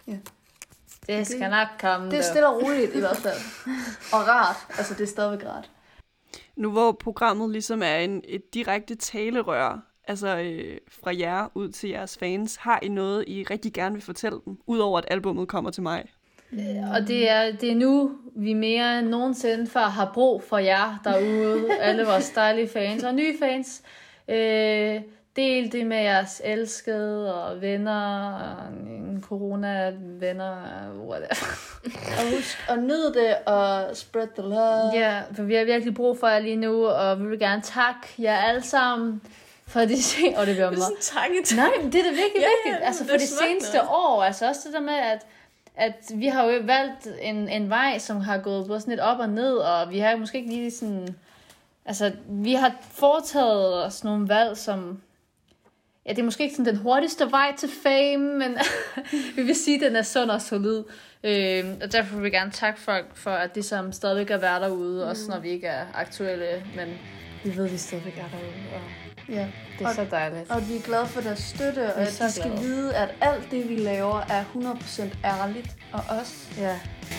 Det skal nok komme.
det er
dog.
stille og roligt i hvert fald. Og rart. Altså, det er stadigvæk rart.
Nu hvor programmet ligesom er en, et direkte talerør, altså øh, fra jer ud til jeres fans, har I noget, I rigtig gerne vil fortælle dem, udover at albummet kommer til mig?
Og det er, det er nu, vi mere end nogensinde før har brug for jer derude, alle vores dejlige fans og nye fans. Øh, del det med jeres elskede og venner, og corona-venner, whatever.
Og husk at nyde det og spread the love.
Ja, for vi har virkelig brug for jer lige nu, og vi vil gerne takke jer alle sammen for de sen... Og det bliver meget...
Det er sådan en
Nej, men det er da virkelig
Ja,
vigtigt.
ja,
Altså
det
for
er
de
smukt
seneste
noget.
år, altså også det der med, at, at vi har jo valgt en, en vej, som har gået både sådan lidt op og ned, og vi har måske ikke lige sådan... Altså, vi har foretaget os nogle valg, som... Ja, det er måske ikke sådan den hurtigste vej til fame, men vi vil sige, at den er sund og solid. Øh, og derfor vil vi gerne takke folk for, at de som stadigvæk er værd derude, mm. også når vi ikke er aktuelle, men vi ved, at vi stadigvæk er derude, og
Ja.
det er
og,
så dejligt.
og vi er glade for deres støtte, og
er
at
så
de skal
glade.
vide, at alt det, vi laver, er hundrede procent ærligt. Og os.
Ja.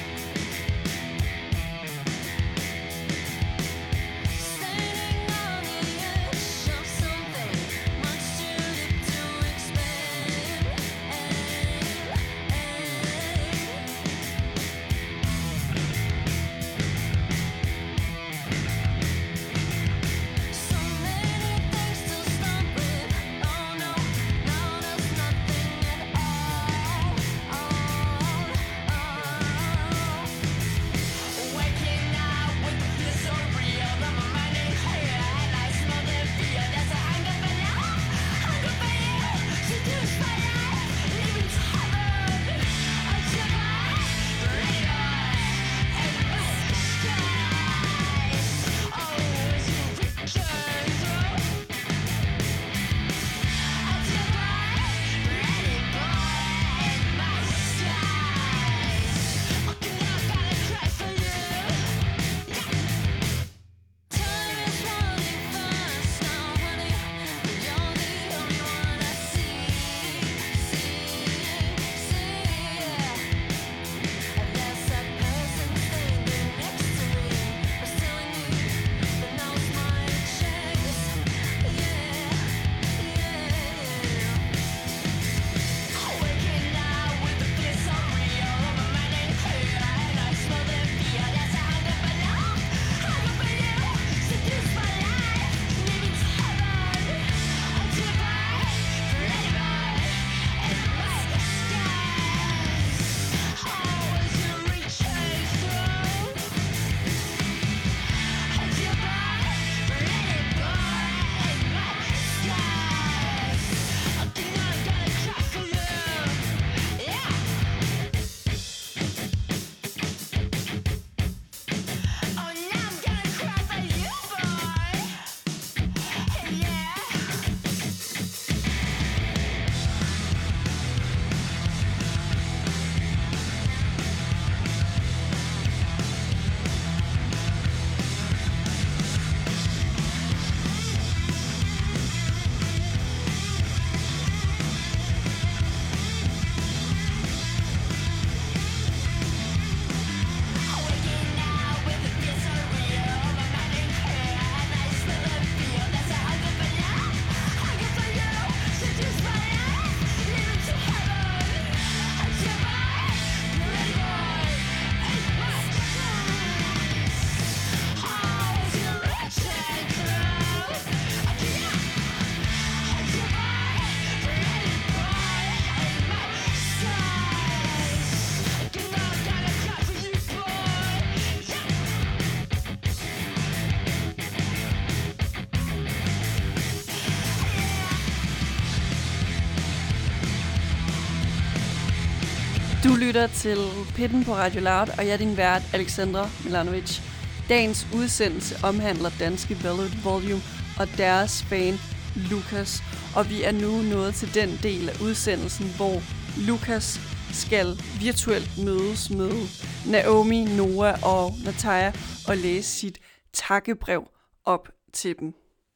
Du lytter til Pitten på Radio Loud, og jeg er din vært, Alexandra Milanovic. Dagens udsendelse omhandler Danske Velvet Volume og deres fan, Lukas. Og vi er nu nået til den del af udsendelsen, hvor Lukas skal virtuelt mødes med Naomi, Noah og Natalia og læse sit takkebrev op til dem.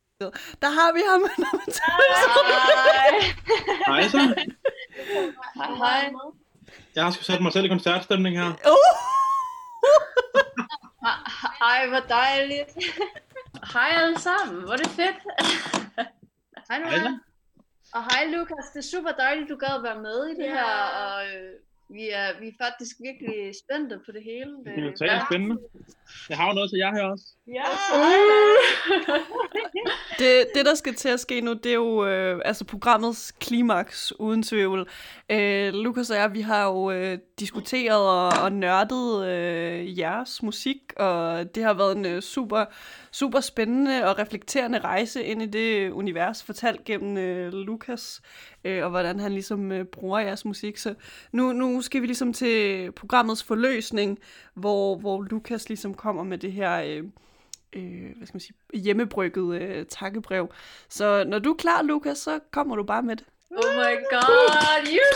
Der har vi ham.
Hej så.
Hej, hej.
Jeg har sgu sat mig selv i koncertstemning her.
Hej, hvor dejligt.
Hej alle sammen, hvor er det fedt.
Hej,
Hej så.
Noah. Og hej, Lukas. Det er super dejligt, du gad være med i det
Ja.
her. Og øh,
Vi er, vi er faktisk virkelig spændte på det hele.
Det er totalt spændende. Jeg har jo noget til jer her også.
Ja.
Det, det, der skal til at ske nu, det er jo øh, altså programmets klimaks, uden tvivl. Øh, Lukas og jeg, vi har jo øh, diskuteret og, og nørdet øh, jeres musik, og det har været en øh, super, super spændende og reflekterende rejse ind i det univers, fortalt gennem øh, Lukas, øh, og hvordan han ligesom øh, bruger jeres musik. Så nu, nu skal vi ligesom til programmets forløsning, hvor, hvor Lukas ligesom kommer med det her... Øh, Øh, hvad skal man sige, hjemmebrygget øh, takkebrev. Så når du er klar, Lukas, så kommer du bare med det.
Oh my god, you!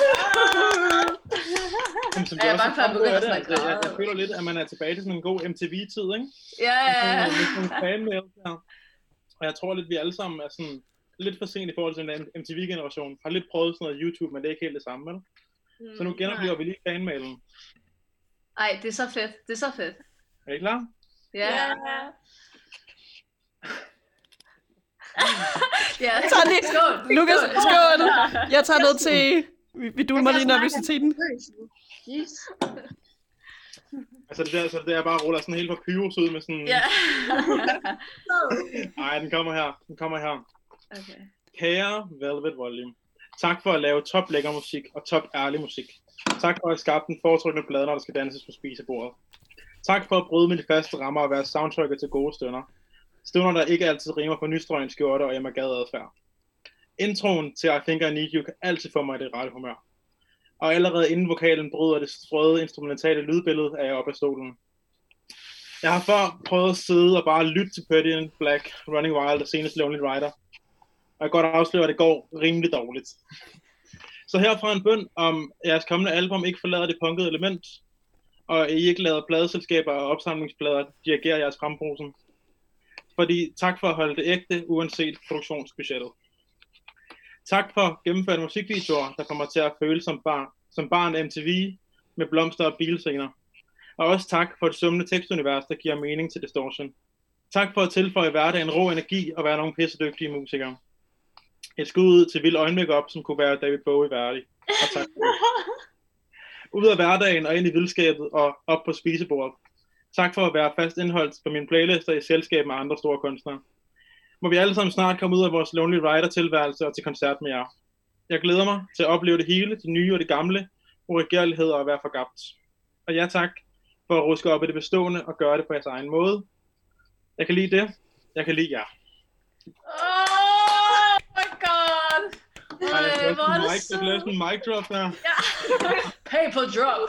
Jamen, som
Er
det
jeg
også
bare klar
fremgår
begyndt
af
at
det,
snakke
altså, jeg, jeg
meget?
føler lidt, at man er tilbage til sådan en god M T V-tid, ikke?
Ja, ja, ja.
Med sådan en fanmail her. Og jeg tror lidt, vi alle sammen er sådan lidt for sent i forhold til den M T V-generation. Har lidt prøvet sådan noget YouTube, men det er ikke helt det samme, vel? Så nu genoplever vi lige fanmailen.
Ej, det er så fedt. Det er så fedt.
Er I klar?
Ja. Ja.
Jeg tager lige...
Skål.
Lukas, skål! Jeg tager noget til... Vi, vi dulmer lige
Jeg kan
nervøsiteten.
Yes.
Altså det der, så det der bare ruller sådan helt på pyros ud med sådan...
Ja.
Ej, den kommer her. Den kommer her.
Okay.
Kære Velvet Volume. Tak for at lave top lækker musik og top ærlig musik. Tak for at have skabt en foretrykkende plade, når der skal danses på spisebordet. Tak for at bryde med de faste rammer og være soundtracker til gode stunder. Stunder, der ikke altid rimer på nystrøgen skjorte og Emma Gade adfærd. Introen til I Think I Need You kan altid få mig i det rette humør. Og allerede inden vokalen bryder det sprøde instrumentale lydbillede, er jeg oppe af stolen. Jeg har før prøvet at sidde og bare lytte til Pretty in Black, Running Wild og senest Lonely Rider. Og jeg kan godt afsløre, at det går rimelig dårligt. Så herfra en bøn om, at jeres kommende album ikke forlader det punkede element, og I ikke lader pladeselskaber og opsamlingsplader dirigere jeres frembrusen. Fordi tak for at holde det ægte, uanset produktionsbudgettet. Tak for gennemførte musikvideoer, der kommer til at føle som, bar, som barn M T V med blomster og bilscener. Og også tak for et summende tekstunivers, der giver mening til distortion. Tak for at tilføje hverdagen rå energi og være nogle pissedygtige musikere. Et skud ud til vild øjenmakeup, som kunne være David Bowie værdig. Og tak for det. Ud af hverdagen og ind i vildskabet og op på spisebordet. Tak for at være fast indholdt på mine playlister i selskab med andre store kunstnere. Må vi alle sammen snart komme ud af vores Lonely Rider-tilværelse og til koncert med jer. Jeg glæder mig til at opleve det hele, det nye og det gamle, uregerlighed og at være forgabt. Og ja tak for at ruske op i det bestående og gøre det på jeres egen måde. Jeg kan lide det. Jeg kan lide jer.
Oh my god!
Ej, jeg
Ej, hvor er det
skal
sødt.
lave sådan en mic drop her.
Paper drop.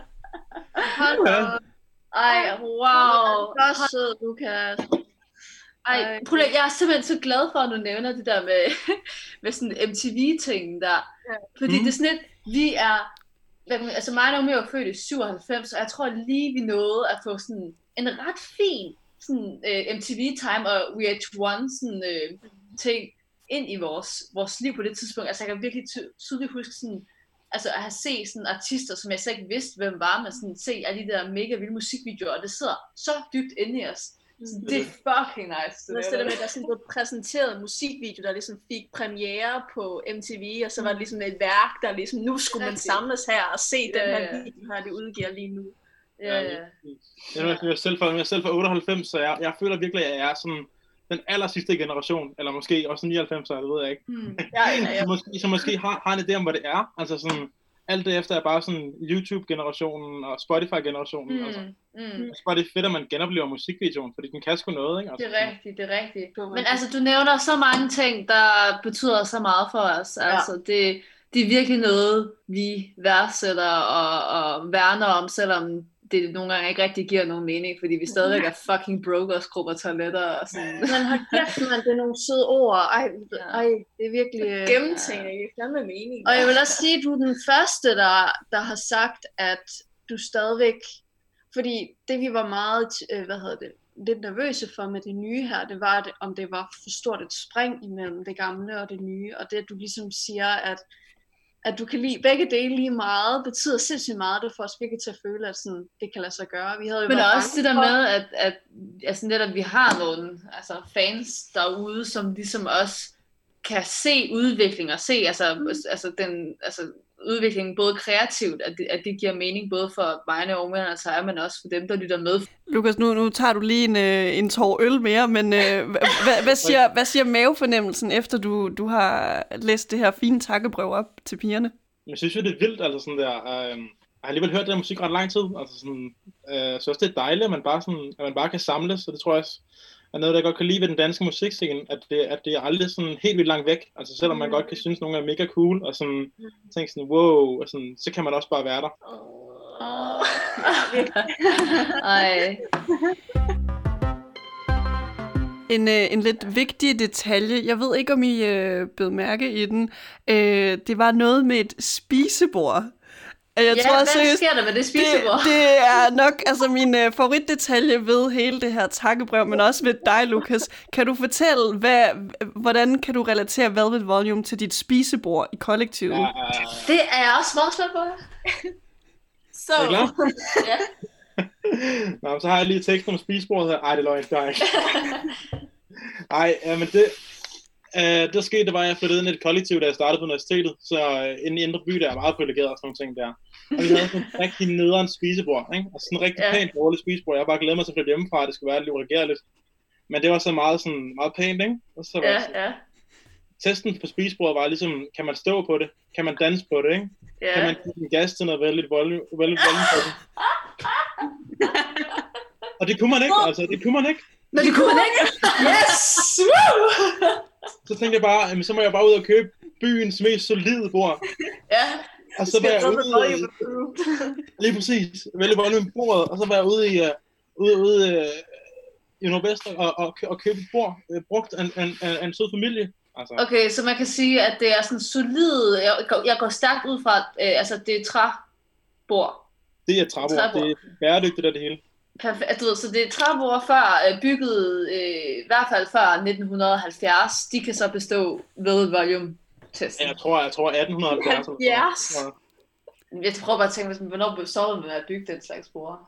Hold
Ja.
op.
Ej, wow.
Du er så sød, Lukas.
Ej, prøv lige, jeg er simpelthen så glad for, at du nævner det der med, med sådan M T V-tingen der.
Ja.
Fordi
Mm.
det er sådan lidt, vi er, hvad kan man- altså mig og Naomi var født i syvoghalvfems, og jeg tror lige, vi nåede at få sådan en ret fin sådan, uh, M T V-time og V H one sådan, uh, ting ind i vores, vores liv på det tidspunkt. Altså jeg kan virkelig ty- tydeligt huske sådan, altså at have set sådan artister, som jeg slet ikke vidste, hvem var, men sådan se alle de der mega vilde musikvideoer, og det sidder så dybt inde i os. Så det er fucking nice.
Det er det der med, at der sådan blev præsenteret musikvideo, der ligesom fik premiere på M T V, og så var det ligesom et værk, der ligesom, nu skulle man
Rigtigt.
samles her og se den
Ja,
her
ja.
video her, det udgiver lige nu.
Ja, ja.
Jeg er, jeg er selv fra, jeg er selv fra otteoghalvfems, så jeg, jeg føler virkelig, at jeg er sådan den aller sidste generation, eller måske også nioghalvfems, det ved jeg ikke.
Hmm.
Ja, ja, ja.
Så måske, så måske har, har en idé om, hvad det er. Altså sådan, alt det efter er bare sådan YouTube-generationen og Spotify-generationen.
Mm,
Altså,
mm.
jeg synes bare, det er fedt, at man genoplever musikvideoen, fordi den kan sgu noget, ikke? Altså,
Det er rigtigt, det er rigtigt. Men altså, du nævner så mange ting, der betyder så meget for os. Altså, det, det er virkelig noget, vi værdsætter og, og værner om, selvom det nogle gange ikke rigtig giver nogen mening, fordi vi stadigvæk er fucking broke og skrubber toiletter og sådan.
Men hold kæft, man, det er nogle søde ord. Ej, ej det er virkelig... øh,
Gennemtænkt, det er fandme mening.
Og jeg vil også sige, at du er den første, der, der har sagt, at du stadigvæk... Fordi det, vi var meget, øh, hvad hedder det, lidt nervøse for med det nye her, det var, at, om det var for stort et spring imellem det gamle og det nye. Og det, at du ligesom siger, at, at du kan lide begge dele lige meget, betyder sindssygt meget. Det får os virkelig til at føle, at sådan, det kan lade sig gøre. Vi havde jo
Men
været
også det
bange
der
for-
med, at, at, altså net, at vi har nogle altså fans derude, som ligesom også kan se udvikling og se altså, altså, den, altså udviklingen både kreativt, at det, at det giver mening både for mig og ungerne og sig, men også for dem, der lytter med.
Lukas, nu, nu tager du lige en, øh, en tår øl mere, men øh, hvad, hvad, siger, hvad siger mavefornemmelsen, efter du, du har læst det her fine takkebrev op til pigerne?
Jeg synes jo, det er vildt, altså sådan der. Øh, jeg har alligevel hørt det her musik ret lang tid, altså sådan, øh, så også det er dejligt, at man bare, sådan, at man bare kan samles, og det tror jeg også er noget, der jeg godt kan lide ved den danske musikscene, at det, at det er aldrig sådan helt vildt langt væk, altså selvom man godt kan synes, at nogle er mega cool, og sådan tænke sådan, wow, og sådan, så kan man også bare være der.
Ej.
En, øh, en lidt vigtig detalje, jeg ved ikke, om I øh, bed mærke i den, øh, det var noget med et spisebord. Jeg
ja,
tror,
hvad
seriøst,
sker der med det spisebord?
Det, det er nok altså min øh, favoritdetalje ved hele det her takkebrev, men også ved dig, Lukas. Kan du fortælle, hvad, hvordan kan du relatere Velvet Volume til dit spisebord i kollektivet?
Ja,
det er jeg også meget spændt på.
Så.
Er I klar?
Ja.
Nå, så har jeg lige teksten om spisebordet her. Ej, det er løgn, det er ikke. Ej, ja, men det, øh, det skete, det var, at jeg flyttede ind i et kollektiv, da jeg startede på universitetet. Så øh, inde i Indre By, der er meget privilegeret og sådan nogle ting der. Og vi havde sådan en rigtig nederen spisebord, ikke? Og sådan en rigtig
Ja.
pænt dårligt spisebord. Jeg bare glæder mig til at flytte hjemmefra, det skulle være lidt reagerligt. Men det var så meget, sådan, meget pænt, ikke? Og så var
Ja,
så,
ja.
testen på spisebordet var ligesom, kan man stå på det? Kan man danse på det, ikke?
Ja.
Kan man give den gas til noget vældigt volume, vældigt volume på det? Og det kunne man ikke, altså, det kunne man ikke.
Men det kunne man ikke. Yes! Woo!
Så tænkte jeg bare, jamen, så må jeg bare ud og købe byens mest solide bord.
Ja.
Og så var jeg ude, lige præcis, vælge volume på bordet, og så var jeg ude i, uh, ude, ude uh, i Nordvest og, og, og købe et bord, uh, brugt af en, en, en, en sød familie. Altså.
Okay, så man kan sige, at det er sådan solid, jeg, går- jeg går stærkt ud fra, øh, altså det er træbord.
Det er et træbord,
Træbord.
det er bæredygtigt af det hele.
Perfekt. Altså, du ved, så det er træbord før øh, bygget, øh, i hvert fald før nitten halvfjerds, de kan så bestå ved volume-testen.
Jeg tror, jeg tror atten halvfjerds.
halvfjerds?
Jeg prøver bare at tænke, hvis- hvornår består man med at bygge den slags bord?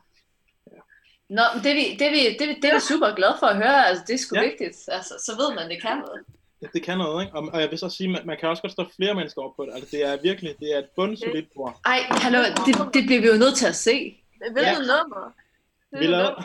Nå, men det er, vi, det, er vi, det, er vi, det er vi super glade for at høre, altså det er sgu
Ja.
vigtigt, altså så ved man, det kan noget.
Det kan noget, ikke? Og, og jeg vil så sige, man, man kan også godt stå flere mennesker op på det. Altså, det er virkelig, det er et bundsolidt bord.
Ej, hallo, det, det bliver vi jo nødt til at se.
Hvilket
Ja.
nummer?
Vi lavede...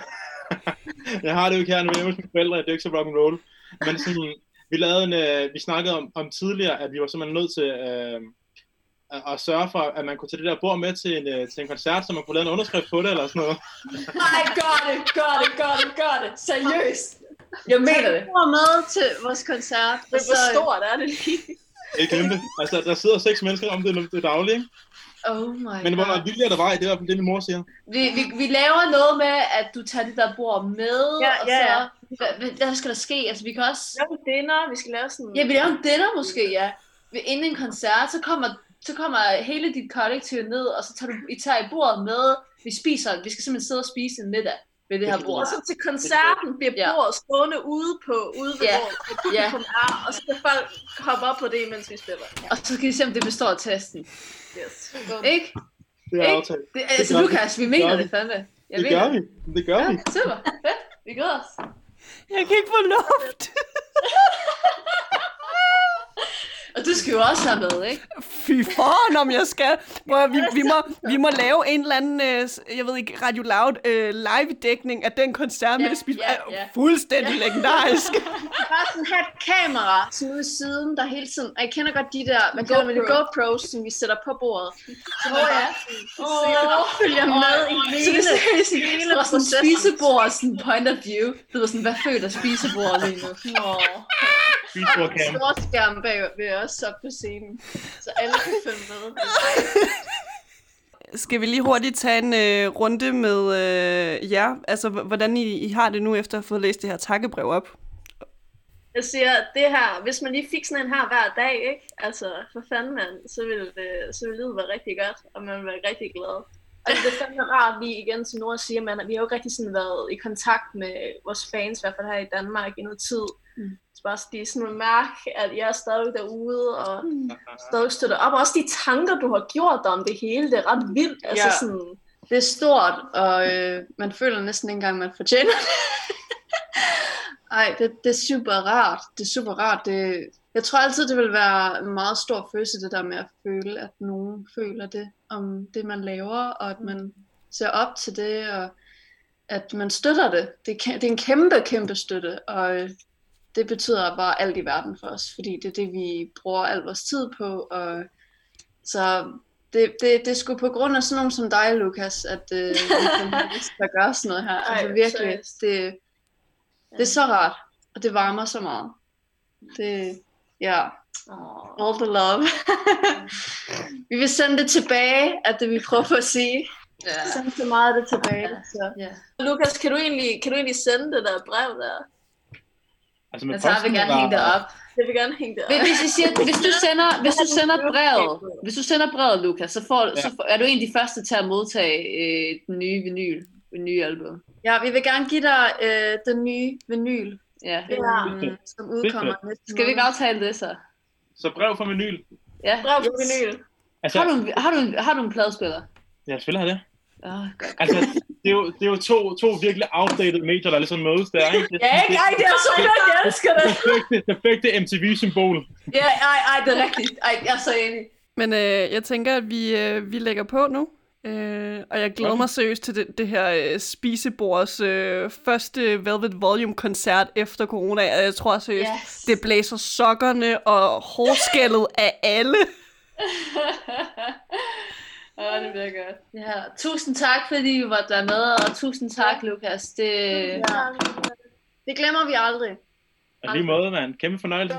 jeg har det jo ikke her, når jeg er hos mine forældre, det er ikke så rock'n'roll. Men sådan, vi lavede en, øh, vi snakkede om, om tidligere, at vi var simpelthen nødt til øh, at, at sørge for, at man kunne tage det der bord med til en, øh, til en koncert, så man kunne lave en underskrift på det, eller sådan noget.
Nej, gør det, gør det, gør det, gør det, seriøst. Jeg mener det.
Jeg var med til vores koncert.
Men hvor stort er det lige?
Det er kæmpe. Altså, der sidder seks mennesker om det, det daglige, ikke?
Oh my
Men hvor
god.
der vilje er der vej, det er i hvert fald det, min mor siger.
Vi, vi, vi laver noget med, at du tager det der bord med,
Ja,
og
ja,
så...
ja.
Hvad, hvad- hvad skal der ske? Altså, vi kan også...
Lave en dinner, vi skal lave sådan...
Ja, vi laver en dinner måske, ja. Ved- Inden en koncert, så kommer, så kommer hele dit kollektiv ned, og så tager du, I tager i bordet med. Vi spiser, vi skal simpelthen sidde og spise en middag ved det her bord.
Og så til koncerten bliver
Ja.
bordet stående ude på ude ved
Ja.
hvor publikum er, og så kan folk hoppe op på det, mens vi spiller.
Og så kan I se, om det består af testen.
Yes.
Ikke?
Det er
Ikke?
aftalt.
Det, altså,
gør vi.
Lukas, vi
Det
mener
gør
det
vi.
fandme. Jeg
Det
mener
gør vi. Det gør vi.
Ja, super. Fedt. Vi glæder os.
Jeg kan ikke få luft.
Og du skal jo også have med, ikke?
Fy foran, om jeg skal. Prøv at, vi, vi, må, vi må lave en eller anden, øh, jeg ved ikke, Radio Loud øh, live-dækning af den koncert med
Ja,
det spil.
ja, ja.
Fuldstændig legendarisk.
Bare sådan have et kamera sådan ude i siden, der hele tiden... Og jeg kender godt de der, man kalder det GoPros, som vi sætter på bordet. Så man
Åh,
bare
ja.
sådan følger med i
Så det
hele,
er sådan,
hele
fra sådan
processen.
spisebord, sådan point of view. Det var sådan, hvad føler spisebord lige nu? Nå.
Spisebordcam.
Stor skærm bag ved os op på scenen, så alle kan følge med.
Skal vi lige hurtigt tage en øh, runde med øh, jer? Altså, h- hvordan I, I har det nu, efter at have fået læst det her takkebrev op?
Jeg siger, det her, hvis man lige fik sådan en her hver dag, ikke? Altså, for fanden mand, så ville det, så ville livet være rigtig godt, og man ville være rigtig glad. Og det er fandme rart lige igen, som Nora siger, man, vi har jo ikke rigtig sådan været i kontakt med vores fans, i hvert fald her i Danmark, i noget tid. Mm. Så bare de sådan at mærke, at jeg er stadig derude, og mm. stadig støtter op. Og også de tanker, du har gjort dig om det hele, det er ret vildt. Altså
Ja.
sådan,
Det er stort, og øh, man føler næsten ikke engang, man fortjener det. Ej, det, det er super rart. Det er super rart. Det, jeg tror altid, det vil være en meget stor følelse, det der med at føle, at nogen føler det om det, man laver, og at man ser op til det, og at man støtter det. Det er, det er en kæmpe, kæmpe støtte, og øh, det betyder bare alt i verden for os, fordi det er det, vi bruger al vores tid på, og så det, det, det er sgu på grund af sådan nogen som dig, Lukas, at øh, vi kan lyst til at gøre sådan noget her.
Ej,
Altså virkelig,
seriøst.
det, det er så rart, og det varmer så meget. Det, ja, all the love. Vi vil sende det tilbage, at det vi prøver på at sige.
Ja.
Send så meget af det tilbage. Så.
Ja.
Lukas, kan du, egentlig, kan du egentlig sende det der brev der?
Altså med
Altså, jeg vil
posten,
gerne
eller-
hænge det op.
Jeg vil gerne hænge det op.
Hvis, hvis, jeg siger, hvis du sender, hvis du sender brevet, hvis du sender brevet, Lukas, så, får,
Ja.
så får, er du en af de første til at modtage øh, den nye vinyl, den nye album.
Ja, vi vil gerne give dig øh, den nye vinyl,
Ja.
Ja.
øh, som udkommer næste
Skal vi ikke aftale det så?
Så brev fra vinyl.
Ja.
Brev på vinyl.
Altså,
Har du, en, har, du en, har du en pladespiller?
ja, selvfølgelig har det.
Åh, oh, godt.
Altså, det er jo, det er jo to, to virkelig outdated medier, der ligesom mødes der, ikke? Det,
Ja, ikke? Ej, det er så godt, jeg elsker det.
perfekte, perfekte M T V-symbol.
Ja, ej, ej, det er rigtigt. Ej, jeg er så enig.
Men øh, jeg tænker, at vi, øh, vi lægger på nu. Øh, og jeg glæder mig seriøst til det, det her øh, spisebords øh, første Velvet Volume-koncert efter corona. Og jeg tror seriøst,
Yes.
det blæser sokkerne og hårskældet af alle.
Åh, oh, det bliver godt. Ja, tusind tak, fordi I var der med, og tusind tak, Lukas. Det...
Ja. Det glemmer vi aldrig.
Og lige måde, mand. Kæmpe fornøjelse.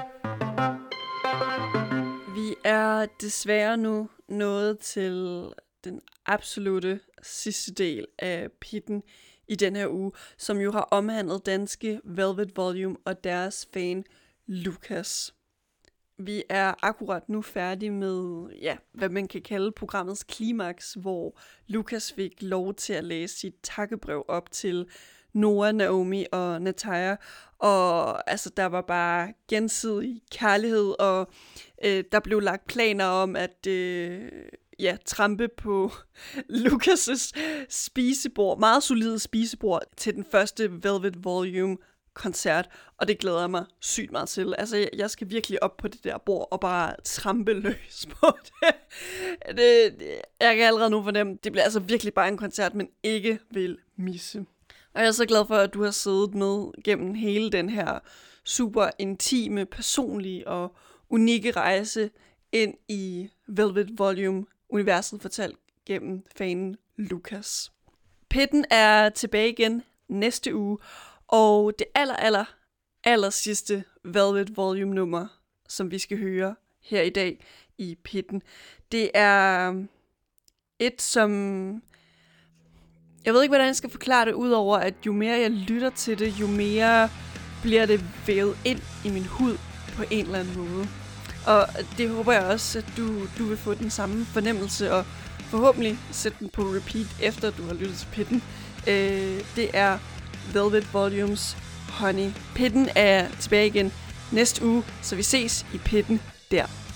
Vi er desværre nu nået til den absolute sidste del af pitten i den her uge, som jo har omhandlet danske Velvet Volume og deres fan Lukas. Vi er akkurat nu færdige med, ja, hvad man kan kalde programmets klimaks, hvor Lukas fik lov til at læse sit takkebrev op til Noah, Naomi og Nataya. Og altså, der var bare gensidig kærlighed, og øh, der blev lagt planer om at øh, ja, trampe på Lukas' spisebord, meget solide spisebord til den første Velvet Volume koncert, og det glæder jeg mig sygt meget til. Altså, jeg, jeg skal virkelig op på det der bord og bare trampe løs på det. det. Jeg kan allerede nu fornemme, det bliver altså virkelig bare en koncert, man ikke vil misse. Og jeg er så glad for, at du har siddet med gennem hele den her super intime, personlige og unikke rejse ind i Velvet Volume-universet fortalt gennem fanen Lukas. Pitten er tilbage igen næste uge, og det aller, aller, aller sidste Velvet Volume nummer, som vi skal høre her i dag i pitten, det er et, som... Jeg ved ikke, hvordan jeg skal forklare det, udover at jo mere jeg lytter til det, jo mere bliver det vævet ind i min hud på en eller anden måde. Og det håber jeg også, at du, du vil få den samme fornemmelse, og forhåbentlig sætte den på repeat, efter du har lyttet til pitten. Øh, det er Velvet Volumes Honey. Pitten er tilbage igen næste uge, så vi ses i pitten der.